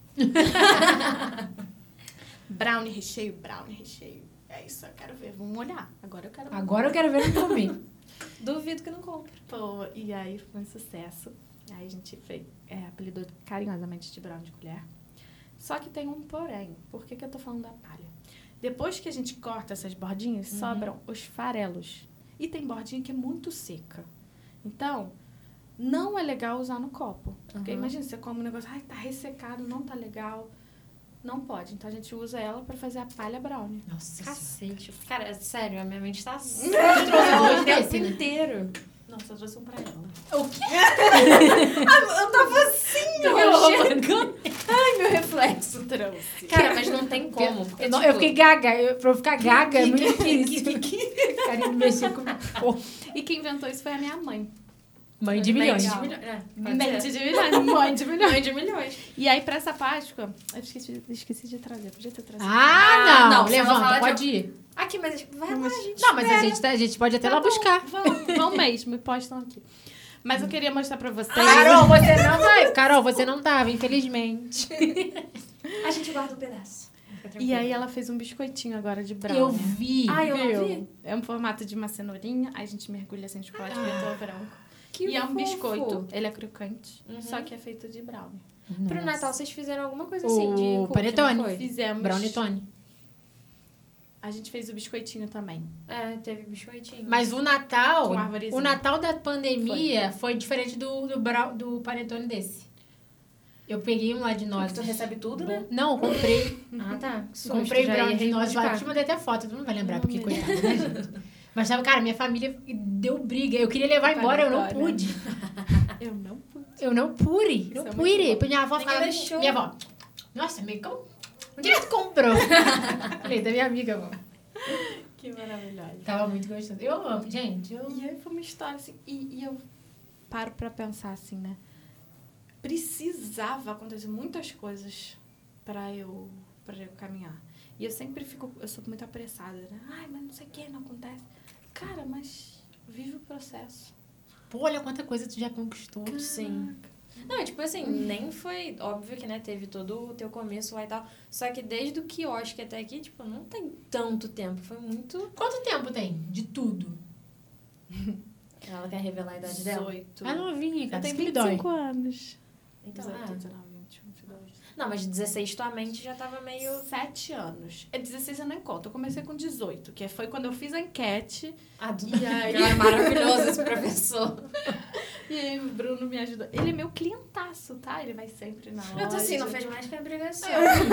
brownie recheio. É isso, eu quero ver. Vamos olhar. Agora eu quero ver. Agora eu quero ver no comer. Duvido que não compre. Pô, e aí foi um sucesso. Aí a gente apelidou carinhosamente de brownie de colher. Só que tem um porém. Por que eu tô falando da palha? Depois que a gente corta essas bordinhas, sobram os farelos. E tem bordinha que é muito seca. Então, não é legal usar no copo. Porque imagina, você come um negócio, ai, tá ressecado, não tá legal. Não pode. Então, a gente usa ela pra fazer a palha brownie. Nossa senhora. Cacete. Cara, sério, a minha mente tá assim. trouxe dois o desse, tempo né? inteiro. Nossa, eu trouxe um pra ela. O quê? Eu tava assim, enxergando. Ai, meu reflexo. Trouxe. Cara, mas não tem como. Porque, Eu tipo, fiquei gaga. Pra eu ficar gaga é muito difícil. Karine mexer com... Pô, E quem inventou isso foi a minha mãe. mãe de milhões. Mente de milhões. É, pode Mente ser. de milhões. Mãe de milhões. Mãe de milhões. E aí, pra essa Páscoa, eu esqueci de trazer. Podia ter trazido. Ah, não. não, se ela Levanta, falar de- pode ir. Aqui, mas vai lá, gente. Não, mas a gente pode até lá Tá bom, buscar. Vão mesmo, me postam aqui. Mas eu queria mostrar pra vocês. Carol, você não vai. Carol, você não tava, infelizmente. A gente guarda um pedaço. E aí ela fez um biscoitinho agora de brownie. Eu vi. Ai, eu não Viu? vi. É um formato de uma cenourinha, aí a gente mergulha assim, chocolate preto ou branco. Que e é um fofo. biscoito. Ele é crocante, Uhum. só que é feito de brownie. Pro Nossa. Natal, vocês fizeram alguma coisa assim de O cookie, panetone. não foi? Fizemos. Brownie Tony. A gente fez o biscoitinho também. É, teve biscoitinho. Mas o Natal, Com arvorezinha. o Natal da pandemia foi diferente do panetone desse. Eu peguei um lá de nozes. Tu recebe tudo, né? Não, eu comprei. Ah, tá. Que susto, Comprei já ia brownie de nozes lá. reivindicar. Te mandei até foto, tu não vai lembrar, porque Não coitada, né, gente? Mas tava, cara, minha família deu briga. Eu queria levar embora, eu não Panetone. pude. Eu não pude. Eu não pude. Não Isso é pude. muito bom. Minha avó Ninguém falava. deixou. Minha avó. Nossa, amiga, onde é que tu comprou? Falei, da minha amiga, avó. Que maravilhosa. Tava muito gostoso. Eu amo, gente. E aí foi uma história assim. E eu paro pra pensar assim, né? Precisava acontecer muitas coisas pra eu caminhar. E eu sempre eu sou muito apressada, né? Ai, mas não sei o que, não acontece. Cara, mas vive o processo. Pô, olha quanta coisa tu já conquistou. Sim. Não, tipo assim, nem foi... Óbvio que, né, teve todo o teu começo lá e tal. Só que desde o quiosque até aqui, tipo, não tem tanto tempo. Foi muito... Quanto tempo tem de tudo? Ela quer revelar a idade dela? 18. É novinha, Eu cara. tenho Isso que me dói. 25 anos. Então, 18, ah. 19, 21, 22. Não, mas de 16 tua mente já tava meio... 7 anos. 16 eu nem conto. Eu comecei com 18, que foi quando eu fiz a enquete. E aí... É maravilhoso esse professor. E aí o Bruno me ajudou. Ele é meu clientaço, tá? Ele vai sempre na loja. Eu tô assim, não fez mais que a obrigação.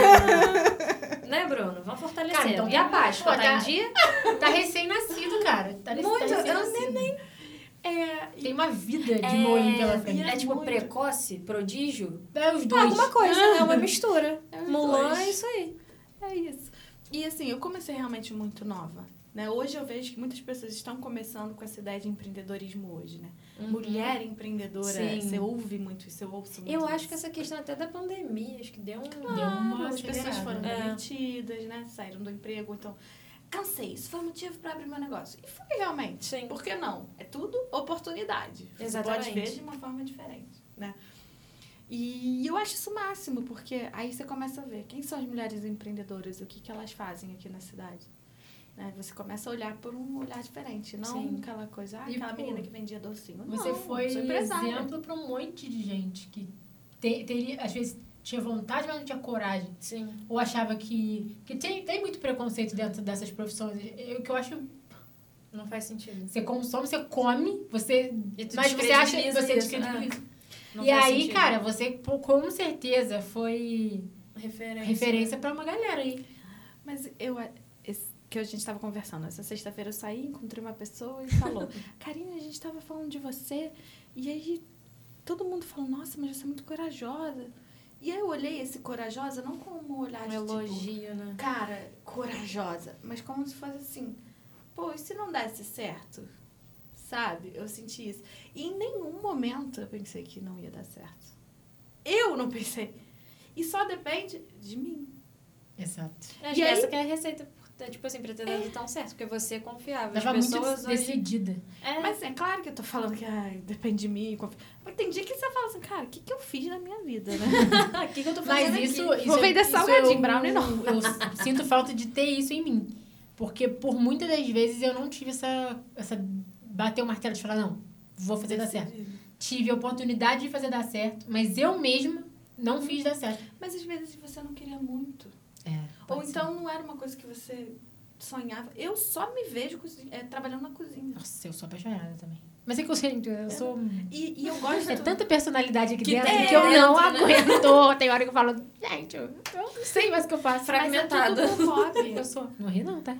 Né, Bruno? Vamos fortalecer. Cara, então e a Páscoa, pô, tá em dia? Tá recém-nascido, cara. Muito, eu nem... Tem uma vida de molho pela frente. É tipo muito. precoce, prodígio? É os dois. Alguma coisa, é uma mistura. É os Mulan dois. é isso aí. É isso. E assim, eu comecei realmente muito nova. Né? Hoje eu vejo que muitas pessoas estão começando com essa ideia de empreendedorismo hoje, né? Mulher empreendedora, Sim. você ouve muito isso, eu ouço muito Eu isso. acho que essa questão até da pandemia, acho que deu um... Deu uma as pessoas acelerada. foram É. demitidas, né? Saíram do emprego, então... Cansei, isso foi motivo para abrir meu negócio. E foi realmente. Sim. Por que não? É tudo oportunidade. Você Exatamente. pode ver de uma forma diferente, né? E eu acho isso o máximo, porque aí você começa a ver quem são as mulheres empreendedoras, o que elas fazem aqui na cidade. Né? Você começa a olhar por um olhar diferente, não Sim. aquela coisa, E, aquela pô, menina que vendia docinho. Você não, foi sou empresária. exemplo pra um monte de gente que teria, às vezes, tinha vontade, mas não tinha coragem. Sim. Ou achava que tem muito preconceito dentro dessas profissões. O que eu acho, Não faz sentido. você consome, você come, você... E tu Mas você acha que descredibiliza você isso, descredibiliza. Não E faz aí, sentido. cara, você pô, com certeza foi referência pra uma galera aí. Mas que a gente estava conversando. Essa sexta-feira eu saí, encontrei uma pessoa e falou: Karine, a gente estava falando de você. E aí todo mundo falou: nossa, mas você é muito corajosa. E aí eu olhei esse corajosa não como um olhar de elogio, né? cara, corajosa, mas como se fosse assim: pô, e se não desse certo? Sabe? Eu senti isso. E em nenhum momento eu pensei que não ia dar certo. Eu não pensei. E só depende de mim. Exato. Acho E que aí- essa que é a receita, tipo assim, pra ter dado tão certo, porque você confiava. As Tava muito pessoas hoje... decidida. Mas é claro que eu tô falando que depende de mim. Mas tem dia que você fala assim, cara, o que eu fiz na minha vida, né? O que eu tô fazendo Mas isso aqui? Vou vender salgadinho, eu- brownie não. Eu sinto falta de ter isso em mim. Porque por muitas das vezes eu não tive essa bater o martelo de falar, não, vou fazer dar certo. Tive a oportunidade de fazer dar certo, mas eu mesma não fiz dar certo. Mas às vezes você não queria muito. É, Ou então não era uma coisa que você sonhava. Eu só me vejo trabalhando na cozinha. Nossa, eu sou apaixonada também. Mas é que eu sou... E eu gosto... É tanta personalidade aqui Que dentro tem que eu não dentro, né? aguento. Tem hora que eu falo, gente, eu não sei mais o que eu faço. Fragmentada. Mas é tudo hobby. Eu sou... Não ri não, tá?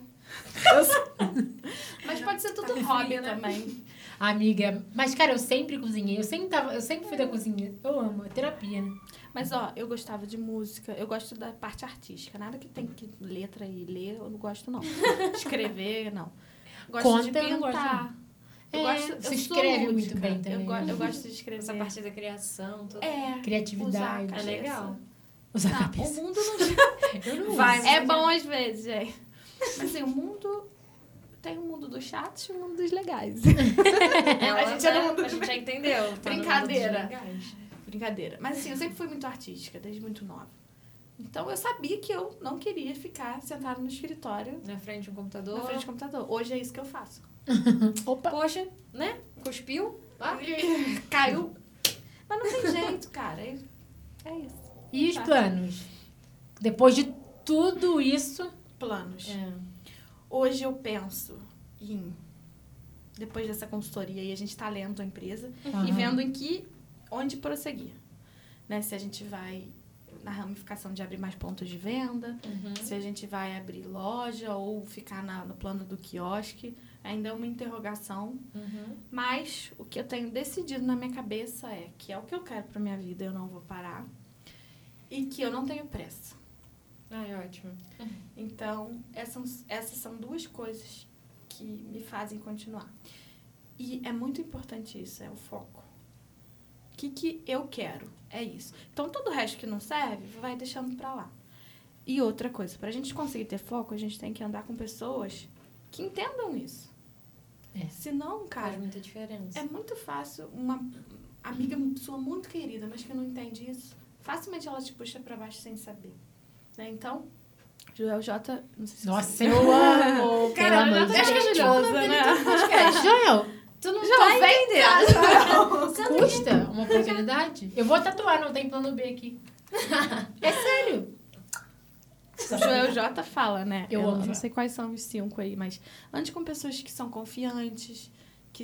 Mas pode ser tudo Tá hobby fria, né? também. Amiga, mas cara, eu sempre cozinhei. Eu sempre fui da cozinha. Eu amo, é terapia, né? Mas, ó, eu gostava de música. Eu gosto da parte artística. Nada que tem que letra e ler, eu não gosto, não. Escrever, não. Gosto Conta, de eu não gosto, pintar. Você sou escreve muito lúdica. bem também, né? Eu gosto de escrever. Essa parte da criação, tudo. Criatividade. Usar a É cabeça. legal. Usar a Não, cabeça. o mundo não... Eu não Vai, uso. É bom às vezes, gente. Mas assim, o mundo... Tem o mundo dos chatos e o mundo dos legais. Ela, A gente é no mundo a gente já entendeu. Tá no mundo dos Brincadeira. legais. Brincadeira. Mas assim, eu sempre fui muito artística, desde muito nova. Então eu sabia que eu não queria ficar sentada no escritório, Na frente de um computador. na frente do computador. Hoje é isso que eu faço. Opa. Poxa, né? Cuspiu. Ah, Caiu. Mas não tem jeito, cara. É isso. E os Tá. planos? Depois de tudo isso... Planos. é. Hoje eu penso em, depois dessa consultoria, e a gente tá lendo a empresa e Aham. vendo onde prosseguir. Né? Se a gente vai na ramificação de abrir mais pontos de venda, se a gente vai abrir loja ou ficar no plano do quiosque. Ainda é uma interrogação. Mas o que eu tenho decidido na minha cabeça é que é o que eu quero pra minha vida, eu não vou parar. E que eu não tenho pressa. Ai, ótimo. Então, essas são duas coisas que me fazem continuar. E é muito importante isso, é o foco. O que eu quero? É isso. Então, todo o resto que não serve, vai deixando pra lá. E outra coisa, pra gente conseguir ter foco, a gente tem que andar com pessoas que entendam isso. Senão, cara, Faz muita diferença. é muito fácil uma amiga sua muito querida, mas que não entende isso, facilmente ela te puxa pra baixo sem saber. Né? Então, Joel J, não sei se Nossa, eu amo! Cara, pelo amor de acho que Deus. é maravilhosa, né? Joel, Tu não Já tá vem, entendendo. custa uma oportunidade? Eu vou tatuar, não tem plano B aqui. É sério. O Joel J fala, né? Eu amo não Joel. sei quais são os 5 aí, mas ande com pessoas que são confiantes, que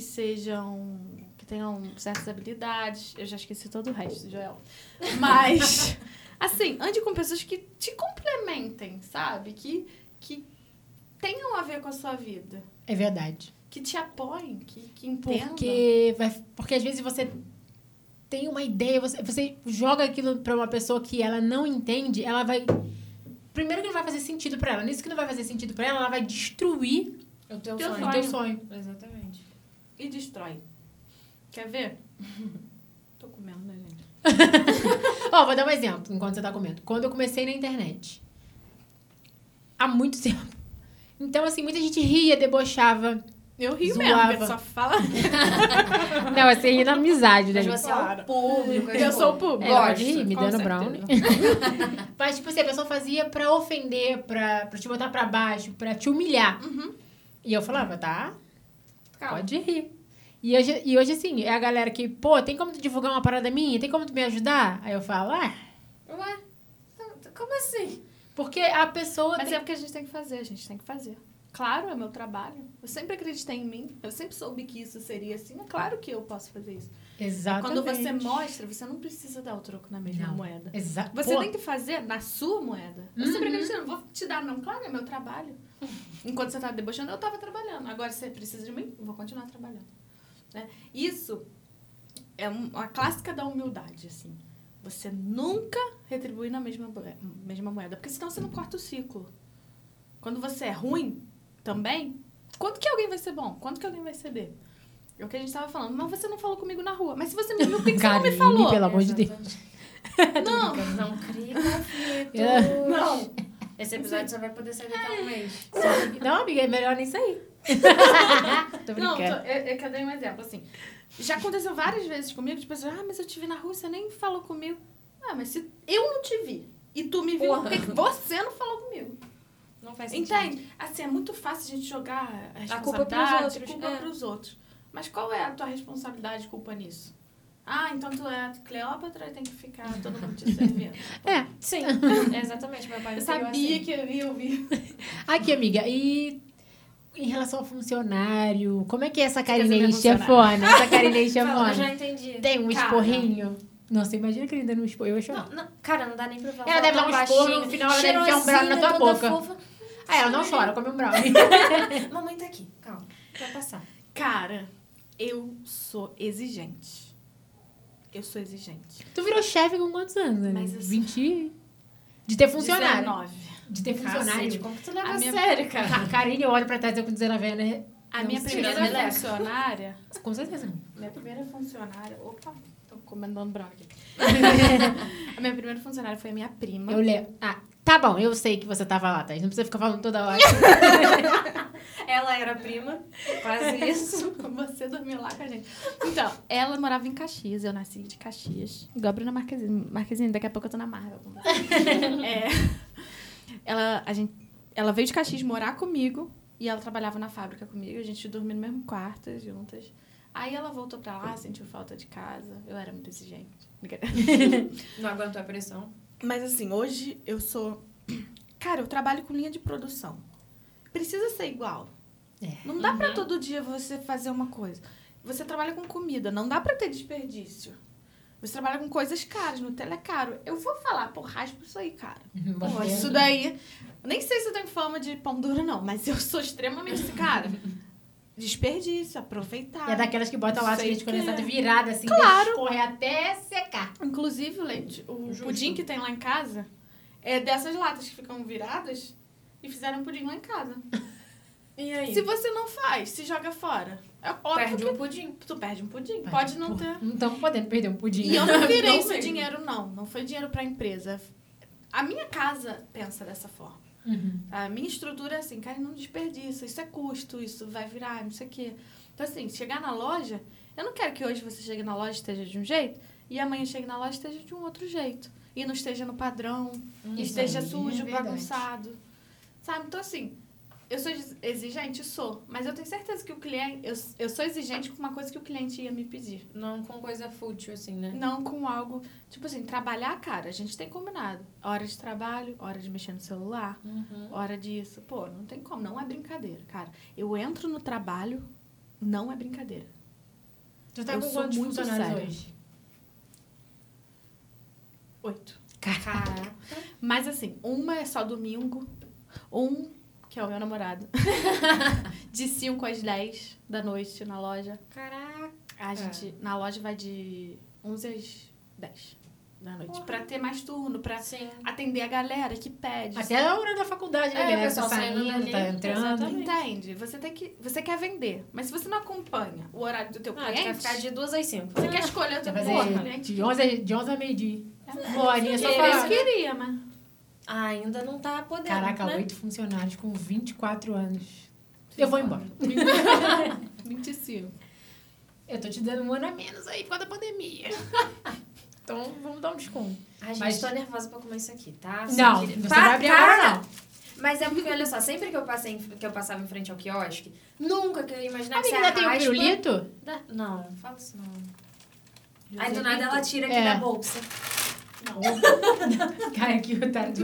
tenham certas habilidades. Eu já esqueci todo o resto, Joel. Mas, assim, ande com pessoas que te complementem, sabe? Que tenham a ver com a sua vida. É verdade. Que te apoiem, que entendam. Porque às vezes você tem uma ideia, você joga aquilo pra uma pessoa que ela não entende, ela vai... Primeiro que não vai fazer sentido pra ela. Nisso que não vai fazer sentido pra ela, ela vai destruir O teu Teu sonho. o teu sonho. Exatamente. E destrói. Quer ver? Tô comendo, né, gente? Ó, vou dar um exemplo enquanto você tá comendo. Quando eu comecei na internet, há muito tempo. Então, assim, muita gente ria, debochava. Eu rio Zoava. mesmo, porque só fala. Não, você ri na amizade, né? Mas você Claro. é o público. Eu sou o público. É, Gosto, rir, me com dando certeza. brownie. Mas, tipo assim, a pessoa fazia pra ofender, pra te botar pra baixo, pra te humilhar. Uhum. E eu falava, tá, Calma. pode rir. E hoje, assim, é a galera que, pô, tem como tu divulgar uma parada minha? Tem como tu me ajudar? Aí eu falo, Ué? Como assim? porque a pessoa Mas tem... é o que a gente tem que fazer, a gente tem que fazer. Claro, é meu trabalho. Eu sempre acreditei em mim. Eu sempre soube que isso seria assim. É claro que eu posso fazer isso. Exatamente. Quando você mostra, você não precisa dar o troco na mesma Não. moeda. Exato. Você Pô, tem que fazer na sua moeda. Eu sempre acreditei, não vou te dar, não. Claro, é meu trabalho. Enquanto você tá debochando, eu tava trabalhando. Agora, você precisa de mim, eu vou continuar trabalhando. Né? Isso é uma clássica da humildade, assim. Você nunca retribui na mesma moeda. Porque senão você não corta o ciclo. Quando você é ruim também, quando que alguém vai ser bom? Quando que alguém vai ser B? É o que a gente tava falando. Mas você não falou comigo na rua. Mas se você me viu, por que você não me Karine, falou? pelo amor de Deus. Não, Não crie conflito. não. Esse episódio só vai poder sair daqui a um mês. Não, amiga, é melhor nem sair. Tô Não, brincando. eu dei um exemplo, assim. Já aconteceu várias vezes comigo, tipo assim, mas eu te vi na rua, você nem falou comigo. Ah, mas se eu não te vi e tu me viu, por que que você não falou comigo? Não faz sentido. Entende? Assim, é muito fácil a gente jogar a culpa pros responsabilidade, outros, culpa é. pros outros. Mas qual é a tua responsabilidade e culpa nisso? Ah, então tu é a Cleópatra e tem que ficar todo mundo te servindo. Sim, exatamente. Meu pai me Eu criou sabia assim. que eu ia ouvir. Aqui, amiga, e em relação ao funcionário, como é que é essa quer ser Karine minha chefona? Essa Karine Fala, eu já chefona. entendi. Tem um Cara. esporrinho? Nossa, imagina que ele dando um esporro. Eu ia chorar. Não, cara, não dá nem pra falar. Ela deve dar um tão esporro, baixinho. no final ela deve enfiar um brownie na tua Cheirosinha, boca. toda fofa. Ah, ela não chora, come um brownie. Mamãe tá aqui, calma. Vai passar. Cara, eu sou exigente. Eu sou exigente. Tu virou chefe com quantos anos, né? Mas eu sou- 20... De ter funcionário. 19. De ter funcionário. Cacete, como que tu leva A a minha- sério, cara? Karine, eu olho pra trás, eu com 19 anos, né? A Não minha sei. primeira Tirando a meleca. funcionária... Com certeza. Minha primeira funcionária... Opa, tô comendo brownie aqui. A minha primeira funcionária foi a minha prima. Eu lembro. Ah, tá bom, eu sei que você tava lá, Thaís. Não precisa ficar falando toda hora. Ela era prima, quase isso. Você dormiu lá com a gente. Então, ela morava em Caxias, eu nasci de Caxias. Igual a Bruna Marquezine, daqui a pouco eu tô na Marvel. Ela veio de Caxias morar comigo e ela trabalhava na fábrica comigo. A gente dormia no mesmo quarto, juntas. Aí ela voltou pra lá, sentiu falta de casa. Eu era muito exigente. Não aguentou a pressão. Mas assim, hoje eu sou... Cara, eu trabalho com linha de produção. Precisa ser igual. É. Não dá pra todo dia você fazer uma coisa. Você trabalha com comida, não dá pra ter desperdício. Você trabalha com coisas caras, Nutella é caro. Eu vou falar, pô, raspa isso aí, cara. Pô, isso daí... Nem sei se eu tenho fama de pão duro, não, mas eu sou extremamente esse cara. Desperdício, aproveitar. E é daquelas que bota lá Sei leite que condensado é. virada, assim, Claro. deixa escorrer até secar. Inclusive, o leite, o Justo. pudim que tem lá em casa é dessas latas que ficam viradas e fizeram pudim lá em casa. E aí? Se você não faz, se joga fora. É óbvio Perde que um pudim. tu perde um pudim. Pode não ter. Não estamos podendo perder um pudim. E eu não virei Não esse mesmo. dinheiro, não. Não foi dinheiro pra empresa. A minha casa pensa dessa forma. Uhum. A minha estrutura é assim, cara, não desperdiça. Isso é custo, isso vai virar, não sei o quê. Então, assim, chegar na loja... Eu não quero que hoje você chegue na loja e esteja de um jeito e amanhã chegue na loja e esteja de um outro jeito. E não esteja no padrão, e esteja aí é sujo, verdade. bagunçado. Sabe? Então, assim, eu sou exigente? Sou. Mas eu tenho certeza que o cliente... Eu sou exigente com uma coisa que o cliente ia me pedir. Não com coisa fútil, assim, né? Não com algo... Tipo assim, trabalhar, cara, a gente tem combinado. Hora de trabalho, hora de mexer no celular, hora disso. Pô, não tem como. Não é brincadeira, cara. Eu entro no trabalho, não é brincadeira. Tu tá Eu com sou quantos muito funcionários séria. hoje? 8. Caraca. Mas assim, uma é só domingo, que é o meu namorado, de 5 às 10 da noite na loja. Caraca. A gente, na loja, vai de 11 às 10 da noite. Pra ter mais turno, pra Sim. atender a galera que pede. Até a hora da faculdade, né? É, galera? o pessoal Tá saindo dali, tá entrando. exatamente. Entende? Você quer vender, mas se você não acompanha o horário do teu Ah, tu cliente, vai ficar de 2 às 5. você quer escolher o teu Vai cliente. fazer de 11 a meio-dia. Uma horinha só Eu pra... queria, mas... Ah, ainda não tá podendo, Caraca, né? 8 funcionários com 24 anos. Eu vou embora. 25. Eu tô te dando um ano a menos aí por causa da pandemia. Então, vamos dar um desconto. Ai, gente, Mas- tô nervosa pra comer isso aqui, tá? Não, Só que- você vai abrir agora, não. Mas é porque, olha só, sempre que eu passava em frente ao quiosque, nunca que eu ia imaginar que Amiga, você ainda tem um raspa- pirulito? Não, fala isso não. Aí do nada ela tira aqui É. da bolsa. Cara, aqui o tatu.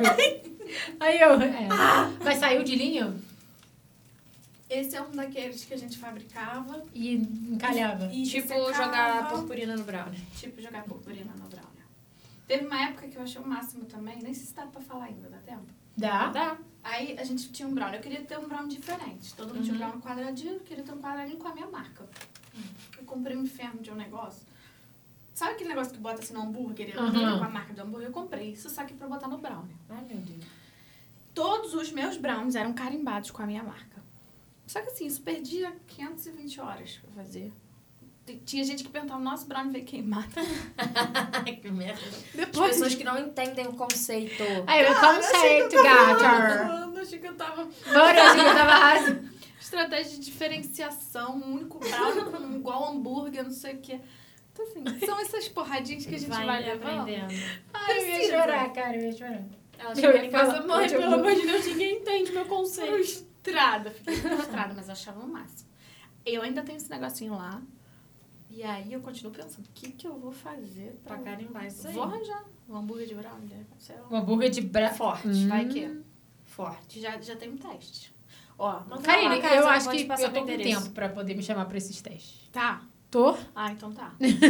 Aí eu... Mas saiu de linha Esse é um daqueles que a gente fabricava e encalhava. e Tipo, secava. jogar purpurina no brownie. Tipo, jogar purpurina no brownie. Teve uma época que eu achei o máximo também, nem sei se dá pra falar ainda, dá tempo? Dá? Dá. Aí a gente tinha um brownie, eu queria ter um brownie diferente. Todo mundo tinha um brownie quadradinho, eu queria ter um quadradinho com a minha marca. Eu comprei um inferno de um negócio. Sabe aquele negócio que bota assim no hambúrguer, ele fica com a marca do hambúrguer? Eu comprei isso só que pra botar no brownie. Ai, meu Deus. Todos os meus brownies eram carimbados com a minha marca. Só que assim, isso perdia 520 horas pra fazer. Tinha gente que perguntava, nosso brownie veio queimado. Ai, que merda. As Depois... pessoas que não entendem o conceito. Aí, meu conceito, gata. Achei que eu tava... Bora, eu tava arrasando. Estratégia de diferenciação, um único brownie com igual hambúrguer, não sei o quê. Então, assim, são essas porradinhas que a gente vai levando. aprendendo. Ai, eu ia chorar, cara, eu ia chorar. Ela Eu chega ia em casa, falar, mãe, tipo, pelo amor de Deus, ninguém entende meu conceito. Frustrada, fiquei frustrada, mas eu achava o máximo. Eu ainda tenho esse negocinho lá. E aí eu continuo pensando, o que eu vou fazer Pra carimbar isso aí. Vou arranjar um hambúrguer de brownie, né? Sei lá. Um hambúrguer de Forte, vai que é. Forte. Já tem um teste. Ó, não Karine, Karine, casa, eu eu acho vou que te passar eu tô meu com endereço. tempo pra poder me chamar pra esses testes. tá. Tô? Ah, então tá.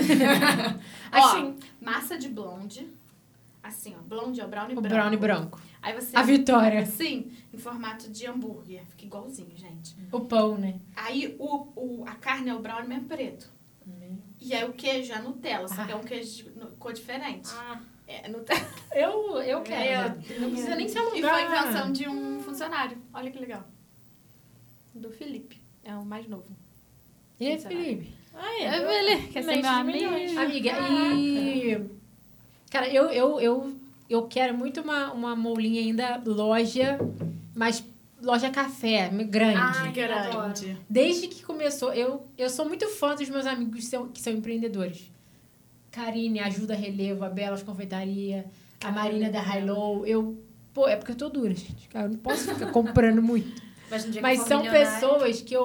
Assim. Ó, massa de blonde. Assim, ó. Blonde é o brownie O branco. brownie branco. Aí você... A Vitória. Sim, em formato de hambúrguer. Fica igualzinho, gente. O pão, né? Aí a carne é o brownie mesmo preto. E aí o queijo é Nutella, só que é um queijo de cor diferente. Ah, É Nutella. Eu quero. Não precisa nem se E alugar. foi invenção de um funcionário. Olha que legal. Do Felipe. É o mais novo. E aí, Felipe? Felipe. Quer ser meu amigo? Amiga, e... Cara, eu quero muito uma molinha ainda, loja, mas loja café, grande. Ai, Grande. Desde que começou, eu sou muito fã dos meus amigos que são empreendedores. Karine, Ajuda Relevo, a Belas Confeitaria, a Marina da High Low. Pô, é porque eu tô dura, gente. Cara, eu não posso ficar comprando muito. mas no dia que Mas eu for são milionária- pessoas que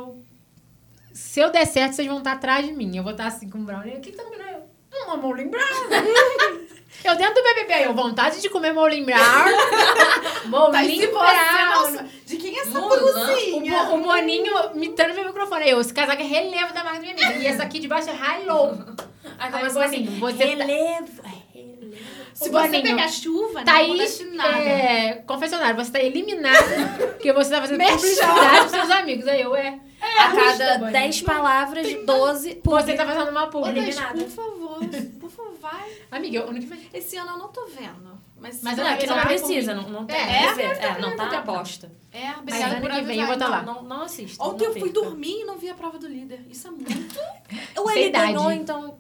se eu der certo, vocês vão estar atrás de mim. Eu vou estar assim com o brownie. O que tá comendo? Uma Molin Brown. Eu dentro do BBB, eu vontade de comer Molin Brown. Molin Brown. De quem é essa Mulan. blusinha? O Boninho imitando meu microfone. Aí, esse casaco é relevo da marca da minha amiga. E essa aqui de baixo é high low. Aí Aí, começou assim, Boninho, você tá- relevo. Se O você Boninho, pegar chuva, não Thaís, acontece nada. confessionário, você tá eliminada porque você tá fazendo publicidade pros seus amigos. Aí eu, A cada Boninho. 10 palavras, 12 Você tá fazendo uma Ô, publi. Thaís, eliminada. por favor, vai. Amiga, ano que vem. Esse ano eu não tô vendo Mas Mas Não, é que não vai precisa, por mim. não tem. Não tá tempo. aposta. Mas Obrigada ano por que vem eu vou estar lá. Não assista. Ontem não eu fui perca. dormir e não vi a prova do líder. Isso é muito... Ou Sem ele ganhou, idade. então...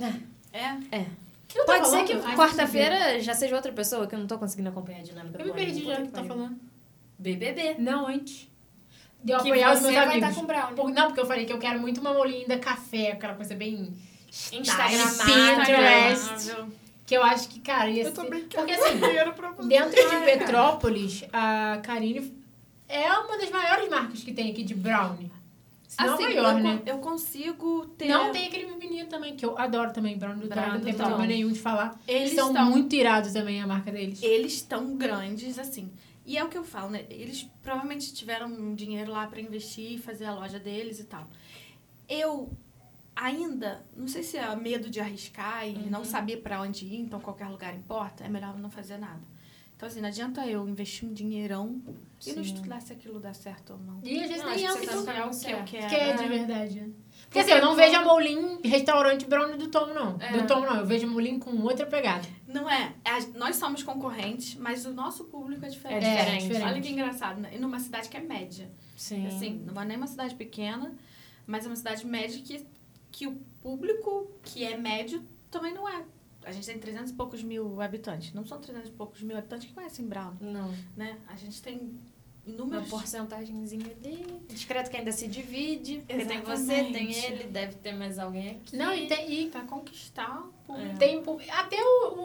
É. Que eu tô Pode ser falando? que Ai, quarta-feira já seja outra pessoa, que eu não tô conseguindo acompanhar a dinâmica Eu do me perdi Bolinho. já Puta do que tá pariu. falando. BBB. Não, antes. De eu Que apoiar os você meus vai amigos. estar com brownie. Não, porque eu falei que eu quero muito uma molinda café, aquela coisa bem... Instagramável. Pinterest. Que eu acho que, cara, ia ser... Porque assim, dentro de Petrópolis, a Karine é uma das maiores marcas que tem aqui de brownie. Se não a maior, né? Eu consigo ter... Não, tem aquele menino também, que eu adoro também, brownie do Tom, Brownie não do tem Tom. problema nenhum de falar. Eles São estão- muito irados também, a marca deles. Eles estão grandes, assim. E é o que eu falo, né? Eles provavelmente tiveram um dinheiro lá pra investir, fazer a loja deles e tal. Eu ainda, não sei se é medo de arriscar e não saber pra onde ir, então qualquer lugar importa, é melhor não fazer nada. Então, assim, não adianta eu investir um dinheirão e não Sim. estudar se aquilo dá certo ou não. E às vezes Não, nem é acho o que que você tu tá é o falando que eu certo. quero. quer de verdade. né? Porque assim, eu não vejo a Molin restaurante brownie do Tom, não. É. Do Tom, não. Eu vejo a Molin com outra pegada. Não é. Nós somos concorrentes, mas o nosso público é diferente. É diferente. Olha que engraçado, né? E numa cidade que é média. Sim. Assim, não é nem uma cidade pequena, mas é uma cidade média que o público que é médio também não é. A gente tem 300 e poucos mil habitantes. Não são 300 e poucos mil habitantes que conhecem Brown, Não. né? A gente tem Uma inúmeros... porcentagemzinha ali. Discreto que ainda se divide. Porque tem você, Exatamente. tem ele, deve ter mais alguém aqui. Não, e Pra conquistar o público. tem... Até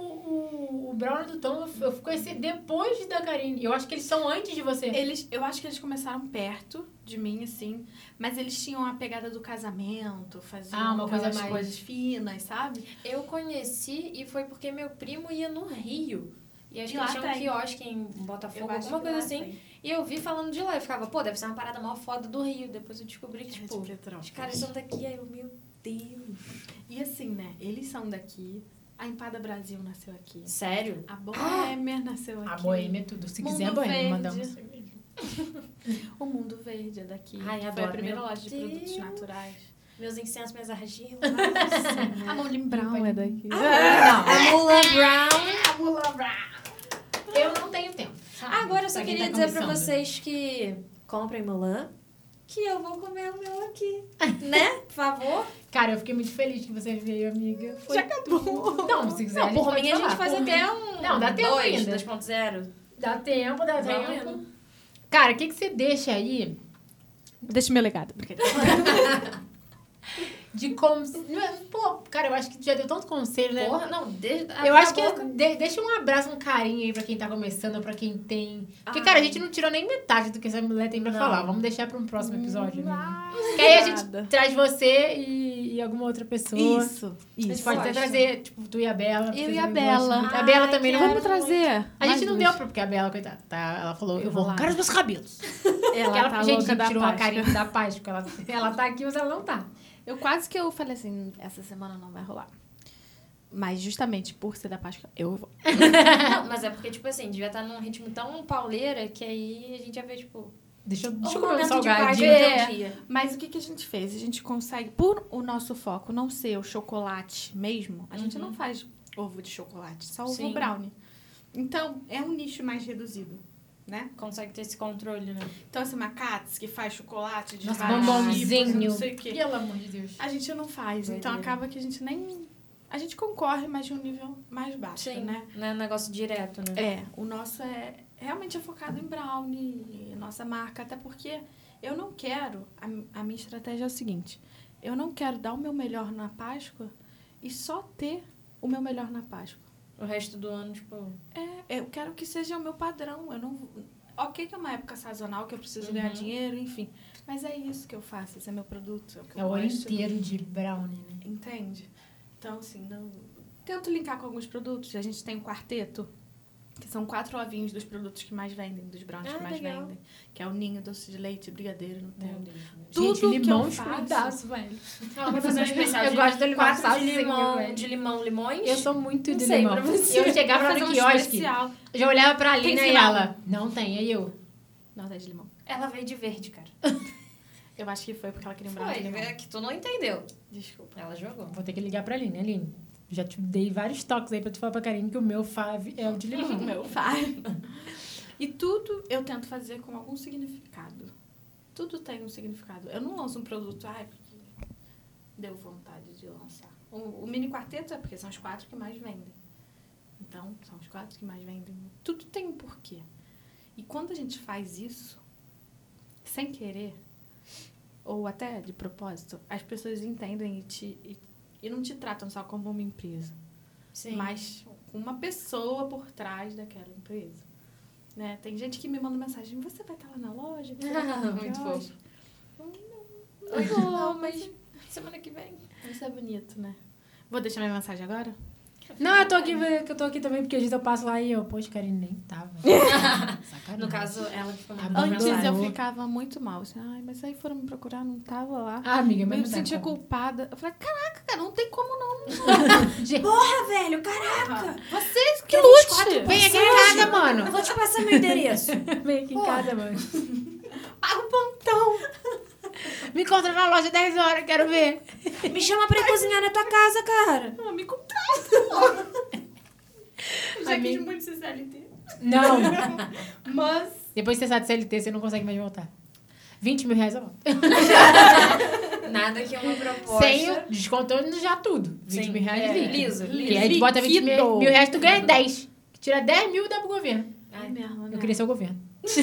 o brownie do Tom eu conheci depois da Karine. Eu acho que eles são antes de você. Eu acho que eles começaram perto de mim, assim, mas eles tinham a pegada do casamento, faziam uma coisa aquelas mais- coisas finas, sabe? Eu conheci e foi porque meu primo ia no Rio. E acho E que lá eles tinham um tem. quiosque em Botafogo, Eu acho alguma que coisa lá assim. tem. E eu vi falando de lá. Eu ficava, pô, deve ser uma parada mó foda do Rio. Depois eu descobri que, tipo, os caras são daqui. Aí eu, meu Deus. E assim, né? Eles são daqui. A Empada Brasil nasceu aqui. Sério? A Boêmia nasceu aqui. A boêmia é tudo. Se Mundo quiser, boêmia. Verde. Mandar uma cerveja. O Mundo Verde é daqui. Ai, que foi adoro, a primeira meu loja de Deus. produtos naturais. Meus incensos, minhas argilas. A Molin Brown é daqui. A Mulan Brown. A Mulan Brown. Eu não tenho tempo. sabe? Agora eu só Pra quem queria tá dizer pra começando. vocês que comprem Mulan, que eu vou comer o meu aqui. Né? Por favor. Cara, eu fiquei muito feliz que você veio, amiga. Foi Já acabou. Não, se quiser. Não, por pode mim a gente falar. faz Por até mim. um Não, dá tempo ainda. 2.0. Dá tempo, dá tempo. Valendo. Cara, o que você deixa aí Deixa meu legado. de como... Pô, cara, eu acho que tu já deu tanto conselho, né? Porra, não, Eu acho que deixa um abraço, um carinho aí pra quem tá começando, pra quem tem... Porque, cara, a gente não tirou nem metade do que essa mulher tem pra Não. falar. Vamos deixar pra um próximo episódio, né? Que aí a gente traz você e alguma outra pessoa. Isso. A gente Isso. pode até gosta. trazer, tipo, tu e a Bela. porque Eu e você a também Bela. gosta muito. A Bela também não... Vamos trazer. A gente mais não duas. deu, porque a Bela, coitada, tá, ela falou, eu vou Enrolada. arrancar os meus cabelos. Ela Ela, tá gente, louca da tirou a Páscoa. carinha da Páscoa. Ela tá aqui, mas ela não tá. Eu quase que eu falei assim, essa semana não vai rolar. Mas justamente por ser da Páscoa, eu vou. Não, mas é porque, tipo assim, devia estar num ritmo tão pauleira que aí a gente ia ver, tipo... Deixa eu um comer um momento de paz salgadinho. no É. teu dia. Mas o que a gente fez? A gente consegue, por o nosso foco não ser o chocolate mesmo, a gente não faz ovo de chocolate, só ovo Sim. brownie. Então, é um nicho mais reduzido, né? Consegue ter esse controle, né? Então, assim, uma Katz que faz chocolate de Nossa, vários bombonzinho. tipos, não sei o quê. Pelo amor de Deus. A gente não faz, então Doideira. acaba que a gente nem... A gente concorre, mas de um nível mais baixo, Sim, né? não é um negócio direto, né? É, o nosso realmente é focado em brownie, nossa marca, até porque eu não quero, a minha estratégia é o seguinte, eu não quero dar o meu melhor na Páscoa e só ter o meu melhor na Páscoa. O resto do ano, tipo... Eu quero que seja o meu padrão, eu não... Ok que é uma época sazonal, que eu preciso ganhar dinheiro, enfim, mas é isso que eu faço, esse é meu produto, é o que É eu o ano gosto. inteiro de brownie, né? Entende? Então, assim, tento linkar com alguns produtos. A gente tem um quarteto, que são 4 ovinhos dos produtos que mais vendem, dos brownies que mais legal. vendem. Que é o ninho, doce de leite, brigadeiro, Nutella. Deus. Tudo Gente, que eu limão faço- esprutaço, velho. Vou fazer um especial Eu de gosto do limão 4 de sozinho, limão, velho. de limão, limões. Eu sou muito Não de sei, limão. pra você. Eu chegava lá Vou no fazer um quiosque, especial. já olhava pra Alina Tem e limão? ela... Não tem, aí eu... Não, é de limão. Ela veio de verde, cara. Eu acho que foi porque ela queria um brownie de Foi, limão. é que tu não entendeu. Desculpa. Ela jogou. Vou ter que ligar pra Aline. Aline, Já te dei vários toques aí pra tu falar pra Karine que o meu fave é o de limão. O meu fave. E tudo eu tento fazer com algum significado. Tudo tem um significado. Eu não lanço um produto, porque deu vontade de lançar. O mini quarteto é porque são os 4 que mais vendem. Então, são os 4 que mais vendem. Tudo tem um porquê. E quando a gente faz isso, sem querer, ou até de propósito, as pessoas entendem e não te tratam só como uma empresa. Sim. Mas uma pessoa por trás daquela empresa. Né? Tem gente que me manda mensagem, você vai estar lá na loja? Muito fofo. Não, mas semana que vem. Isso é bonito, né? Vou deixar minha mensagem agora? Não, eu tô aqui também, porque às vezes eu passo lá e poxa, Karine nem tava. Sacanagem. No caso, ela que ficou me Abandonou. Antes eu Abandonou. ficava muito mal. Assim, mas aí foram me procurar, não tava lá. Ah, amiga, Eu mas me não dá sentia como. culpada. Eu falei, caraca, cara, não tem como não. Gente, Porra, velho, caraca! Vocês que Quer lute! 24 vem aqui em casa, Eu mano. vou te passar meu endereço. Vem aqui em casa, mano. Paga o plantão! Me encontra na loja 10 horas, quero ver. Me chama pra ir cozinhar na tua casa, cara. Ah, me contrata! Já Amiga. quis muito ser CLT. Não. Mas... Depois que você sai de CLT, você não consegue mais voltar. 20 mil reais eu volto. Nada que uma proposta. Sem o descontando já tudo. 20 Sim, mil reais é, liso. liso. E aí tu bota 20 mil reais, tu ganha 10. Tira 10 mil e dá pro governo. Ai, mesmo, né? Eu queria ser o governo.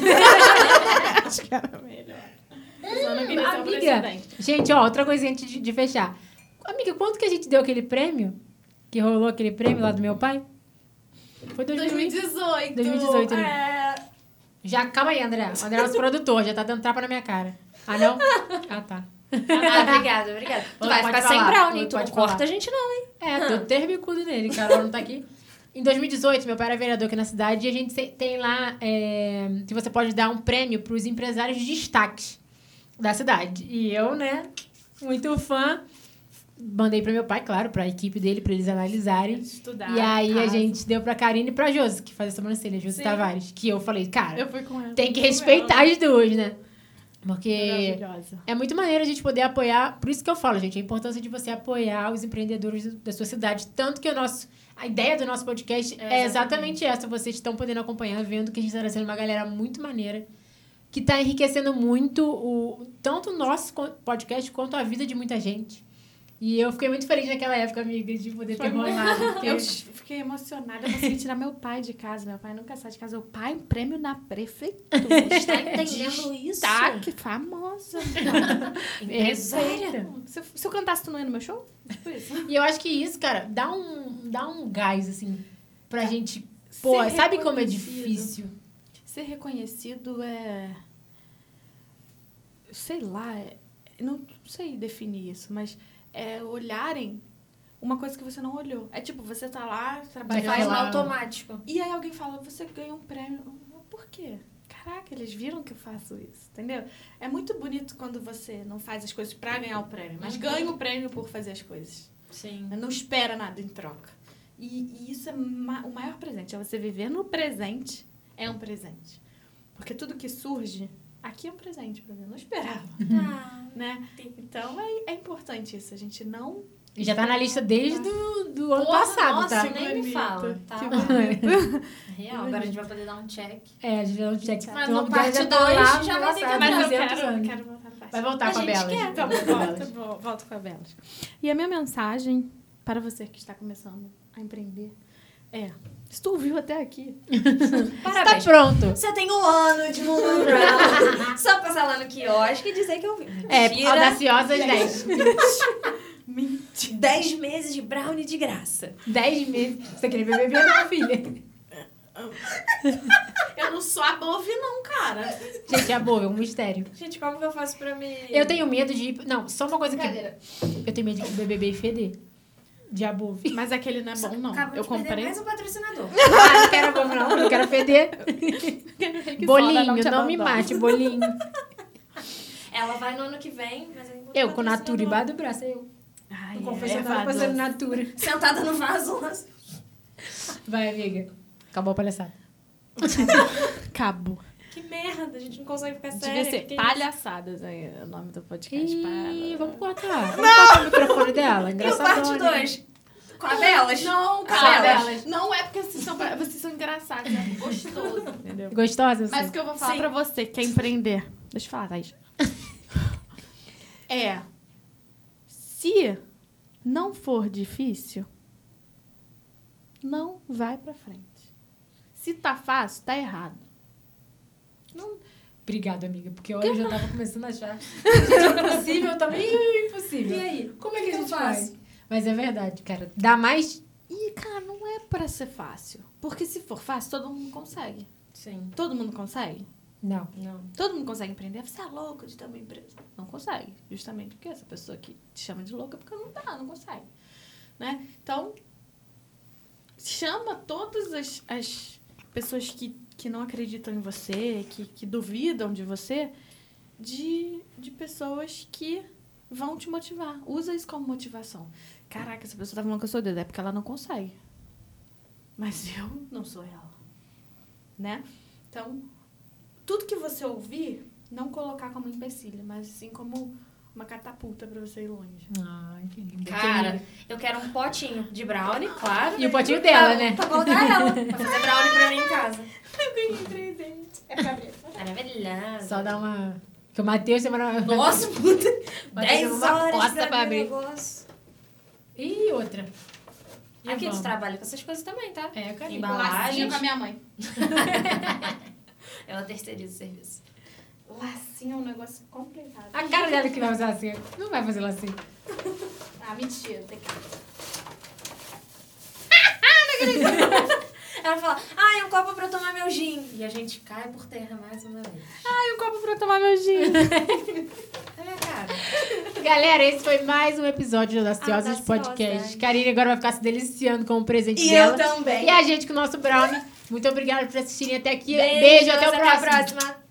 Acho que era melhor. Eu não queria ser o Amiga, presidente. gente, ó, outra coisinha antes de fechar. Amiga, quanto que a gente deu aquele prêmio? Que rolou aquele prêmio lá do meu pai? Foi 2018. 2018, né? É... Já, calma aí, André. O André é nosso produtor, já tá dando tapa na minha cara. Ah, não? Ah, tá. Obrigada. Tu vai Pode ficar sem falar, brownie, tu não pode falar. corta a gente não, hein? É, tô terbicudo nele, Carol não tá aqui. Em 2018, meu pai era vereador aqui na cidade e a gente tem lá que você pode dar um prêmio pros empresários de destaques da cidade. E eu, né, muito fã, mandei pra meu pai, claro, pra equipe dele, pra eles analisarem. Estudar. E aí a caso. gente deu pra Karine e pra Josi, que faz a sobrancelha, Josi Sim. Tavares. Que eu falei, cara, Eu fui com ela. tem que Fui com respeitar ela. as duas, né? Porque Maravilhosa. é muito maneiro a gente poder apoiar. Por isso que eu falo, gente, a importância de você apoiar os empreendedores da sua cidade. Tanto que a ideia do nosso podcast é exatamente essa. Vocês estão podendo acompanhar, vendo que a gente está trazendo uma galera muito maneira, que está enriquecendo muito tanto o nosso podcast quanto a vida de muita gente. E eu fiquei muito feliz naquela época, amiga, de poder ter rolado. porque- Eu fiquei emocionada. Eu consegui tirar meu pai de casa. Meu pai nunca sai de casa. O pai, um prêmio na prefeitura. Está entendendo isso? Tá, que famosa. Empresária. Se eu cantasse, tu não ia no meu show? Tipo isso. E eu acho que isso, cara, dá um gás, assim, pra gente... Pô, Ser sabe como é reconhecido. difícil? Ser reconhecido é... Sei lá, não sei definir isso, mas é olharem uma coisa que você não olhou. É tipo, você tá lá, trabalhando... Faz no Aquela- automático. E aí alguém fala, você ganhou um prêmio. Por quê? Caraca, eles viram que eu faço isso, entendeu? É muito bonito quando você não faz as coisas pra ganhar o prêmio, mas ganha o prêmio por fazer as coisas. Sim. Não espera nada em troca. E isso é o maior presente. É você viver no presente, é um presente. Porque tudo que surge, aqui é um presente pra mim. Eu não esperava, né? Então, é importante isso. A gente não... E já tá na lista desde do ano Porra, passado, nossa, tá? nem me fala. Tá Que real. Agora a gente vai poder dar um check. É, a gente vai no check. Mas O nome no dela parte já tá 2 lá já no vai ter que passado, Mas eu 200 anos. quero voltar no Vai voltar com a gente Bela. quer. Então, volto com a Belas. E a minha mensagem para você que está começando a empreender é... Se tu ouviu até aqui... Tá Parabéns. pronto. Você tem um ano de Mundo Umbrella. Só passar lá no quiosque e dizer que eu vi. É, Mentira. audaciosas 10. Mentira. 10 meses de brownie de graça. 10 meses. Você queria beber não, filha? Eu não sou a Bove, não, cara. Gente, é boa, é um mistério. Gente, como que eu faço pra me... Eu tenho medo de... Não, só uma coisa que... Brincadeira. Eu tenho medo de beber e feder. De above. Mas aquele não é bom, não. Acabou Eu de perder comprei. mais um patrocinador. Ah, não quero above não, não quero feder. Bolinho, te não me abandono. mate, bolinho. Ela vai no ano que vem, mas eu Eu com Natura embaixo do braço, eu. Ai, No confessionário passando Natura. sentada no vaso. Vai, amiga. Acabou a palhaçada. Cabo. Que merda, a gente não consegue ficar Devia séria. ser que palhaçadas aí, é o nome do podcast. Ih, vamos cortar. Vamos cortar o microfone dela. E o Engraçadona. parte 2? Com a delas? Não, Com cara. delas. Não é porque vocês são engraçados, é gostoso, entendeu? Gostosa? Mas o que eu vou falar pra você, que quer empreender. Deixa eu falar, Thaís. Se não for difícil, não vai pra frente. Se tá fácil, tá errado. Não. Obrigada, amiga, porque olha, eu já tava começando a achar impossível também, impossível. E aí? Como é que a gente eu faz? Mas é verdade, cara. Dá mais... E, cara, não é pra ser fácil. Porque se for fácil, todo mundo consegue. Sim. Todo mundo consegue? Não. Todo mundo consegue empreender? Você é louco de ter uma empresa? Não consegue. Justamente porque essa pessoa que te chama de louca, porque não consegue. Né? Então, chama todas as pessoas que não acreditam em você, que duvidam de você, de pessoas que vão te motivar. Usa isso como motivação. Caraca, essa pessoa tá falando que eu sou doida, é porque ela não consegue. Mas eu não sou ela. Né? Então, tudo que você ouvir, não colocar como empecilho, mas sim como uma catapulta pra você ir longe. Ai, que lindo. Cara, eu quero um potinho de brownie, claro. E o potinho dela, né? Pra colocar ela. Pra fazer brownie pra mim em casa. Ganhei presente. É pra ver. Maravilhosa. Só dar uma... Que o Matheus semana... Nossa, puta. Matheus 10 uma horas costa pra abrir abrir. o negócio. E outra. E Aqui a gente vamos. trabalha com essas coisas também, tá? É, eu quero ir. Lacinho Embalagens. com a minha mãe. Ela terceiriza o serviço. Lacinho é um negócio complicado. A cara dela que vai usar assim. Não vai fazer assim. Ah, mentira. Tem que... Ela fala, um copo pra eu tomar meu gin. E a gente cai por terra mais uma vez. Ai, um copo pra tomar meu gin. É minha cara. Galera, esse foi mais um episódio da Audaciosa de Podcast. Audaciosa. Karine agora vai ficar se deliciando com o presente E dela. eu também. E a gente com o nosso brownie. Muito obrigada por assistirem até aqui. Beijos, Beijo, até o próximo. Até a próxima.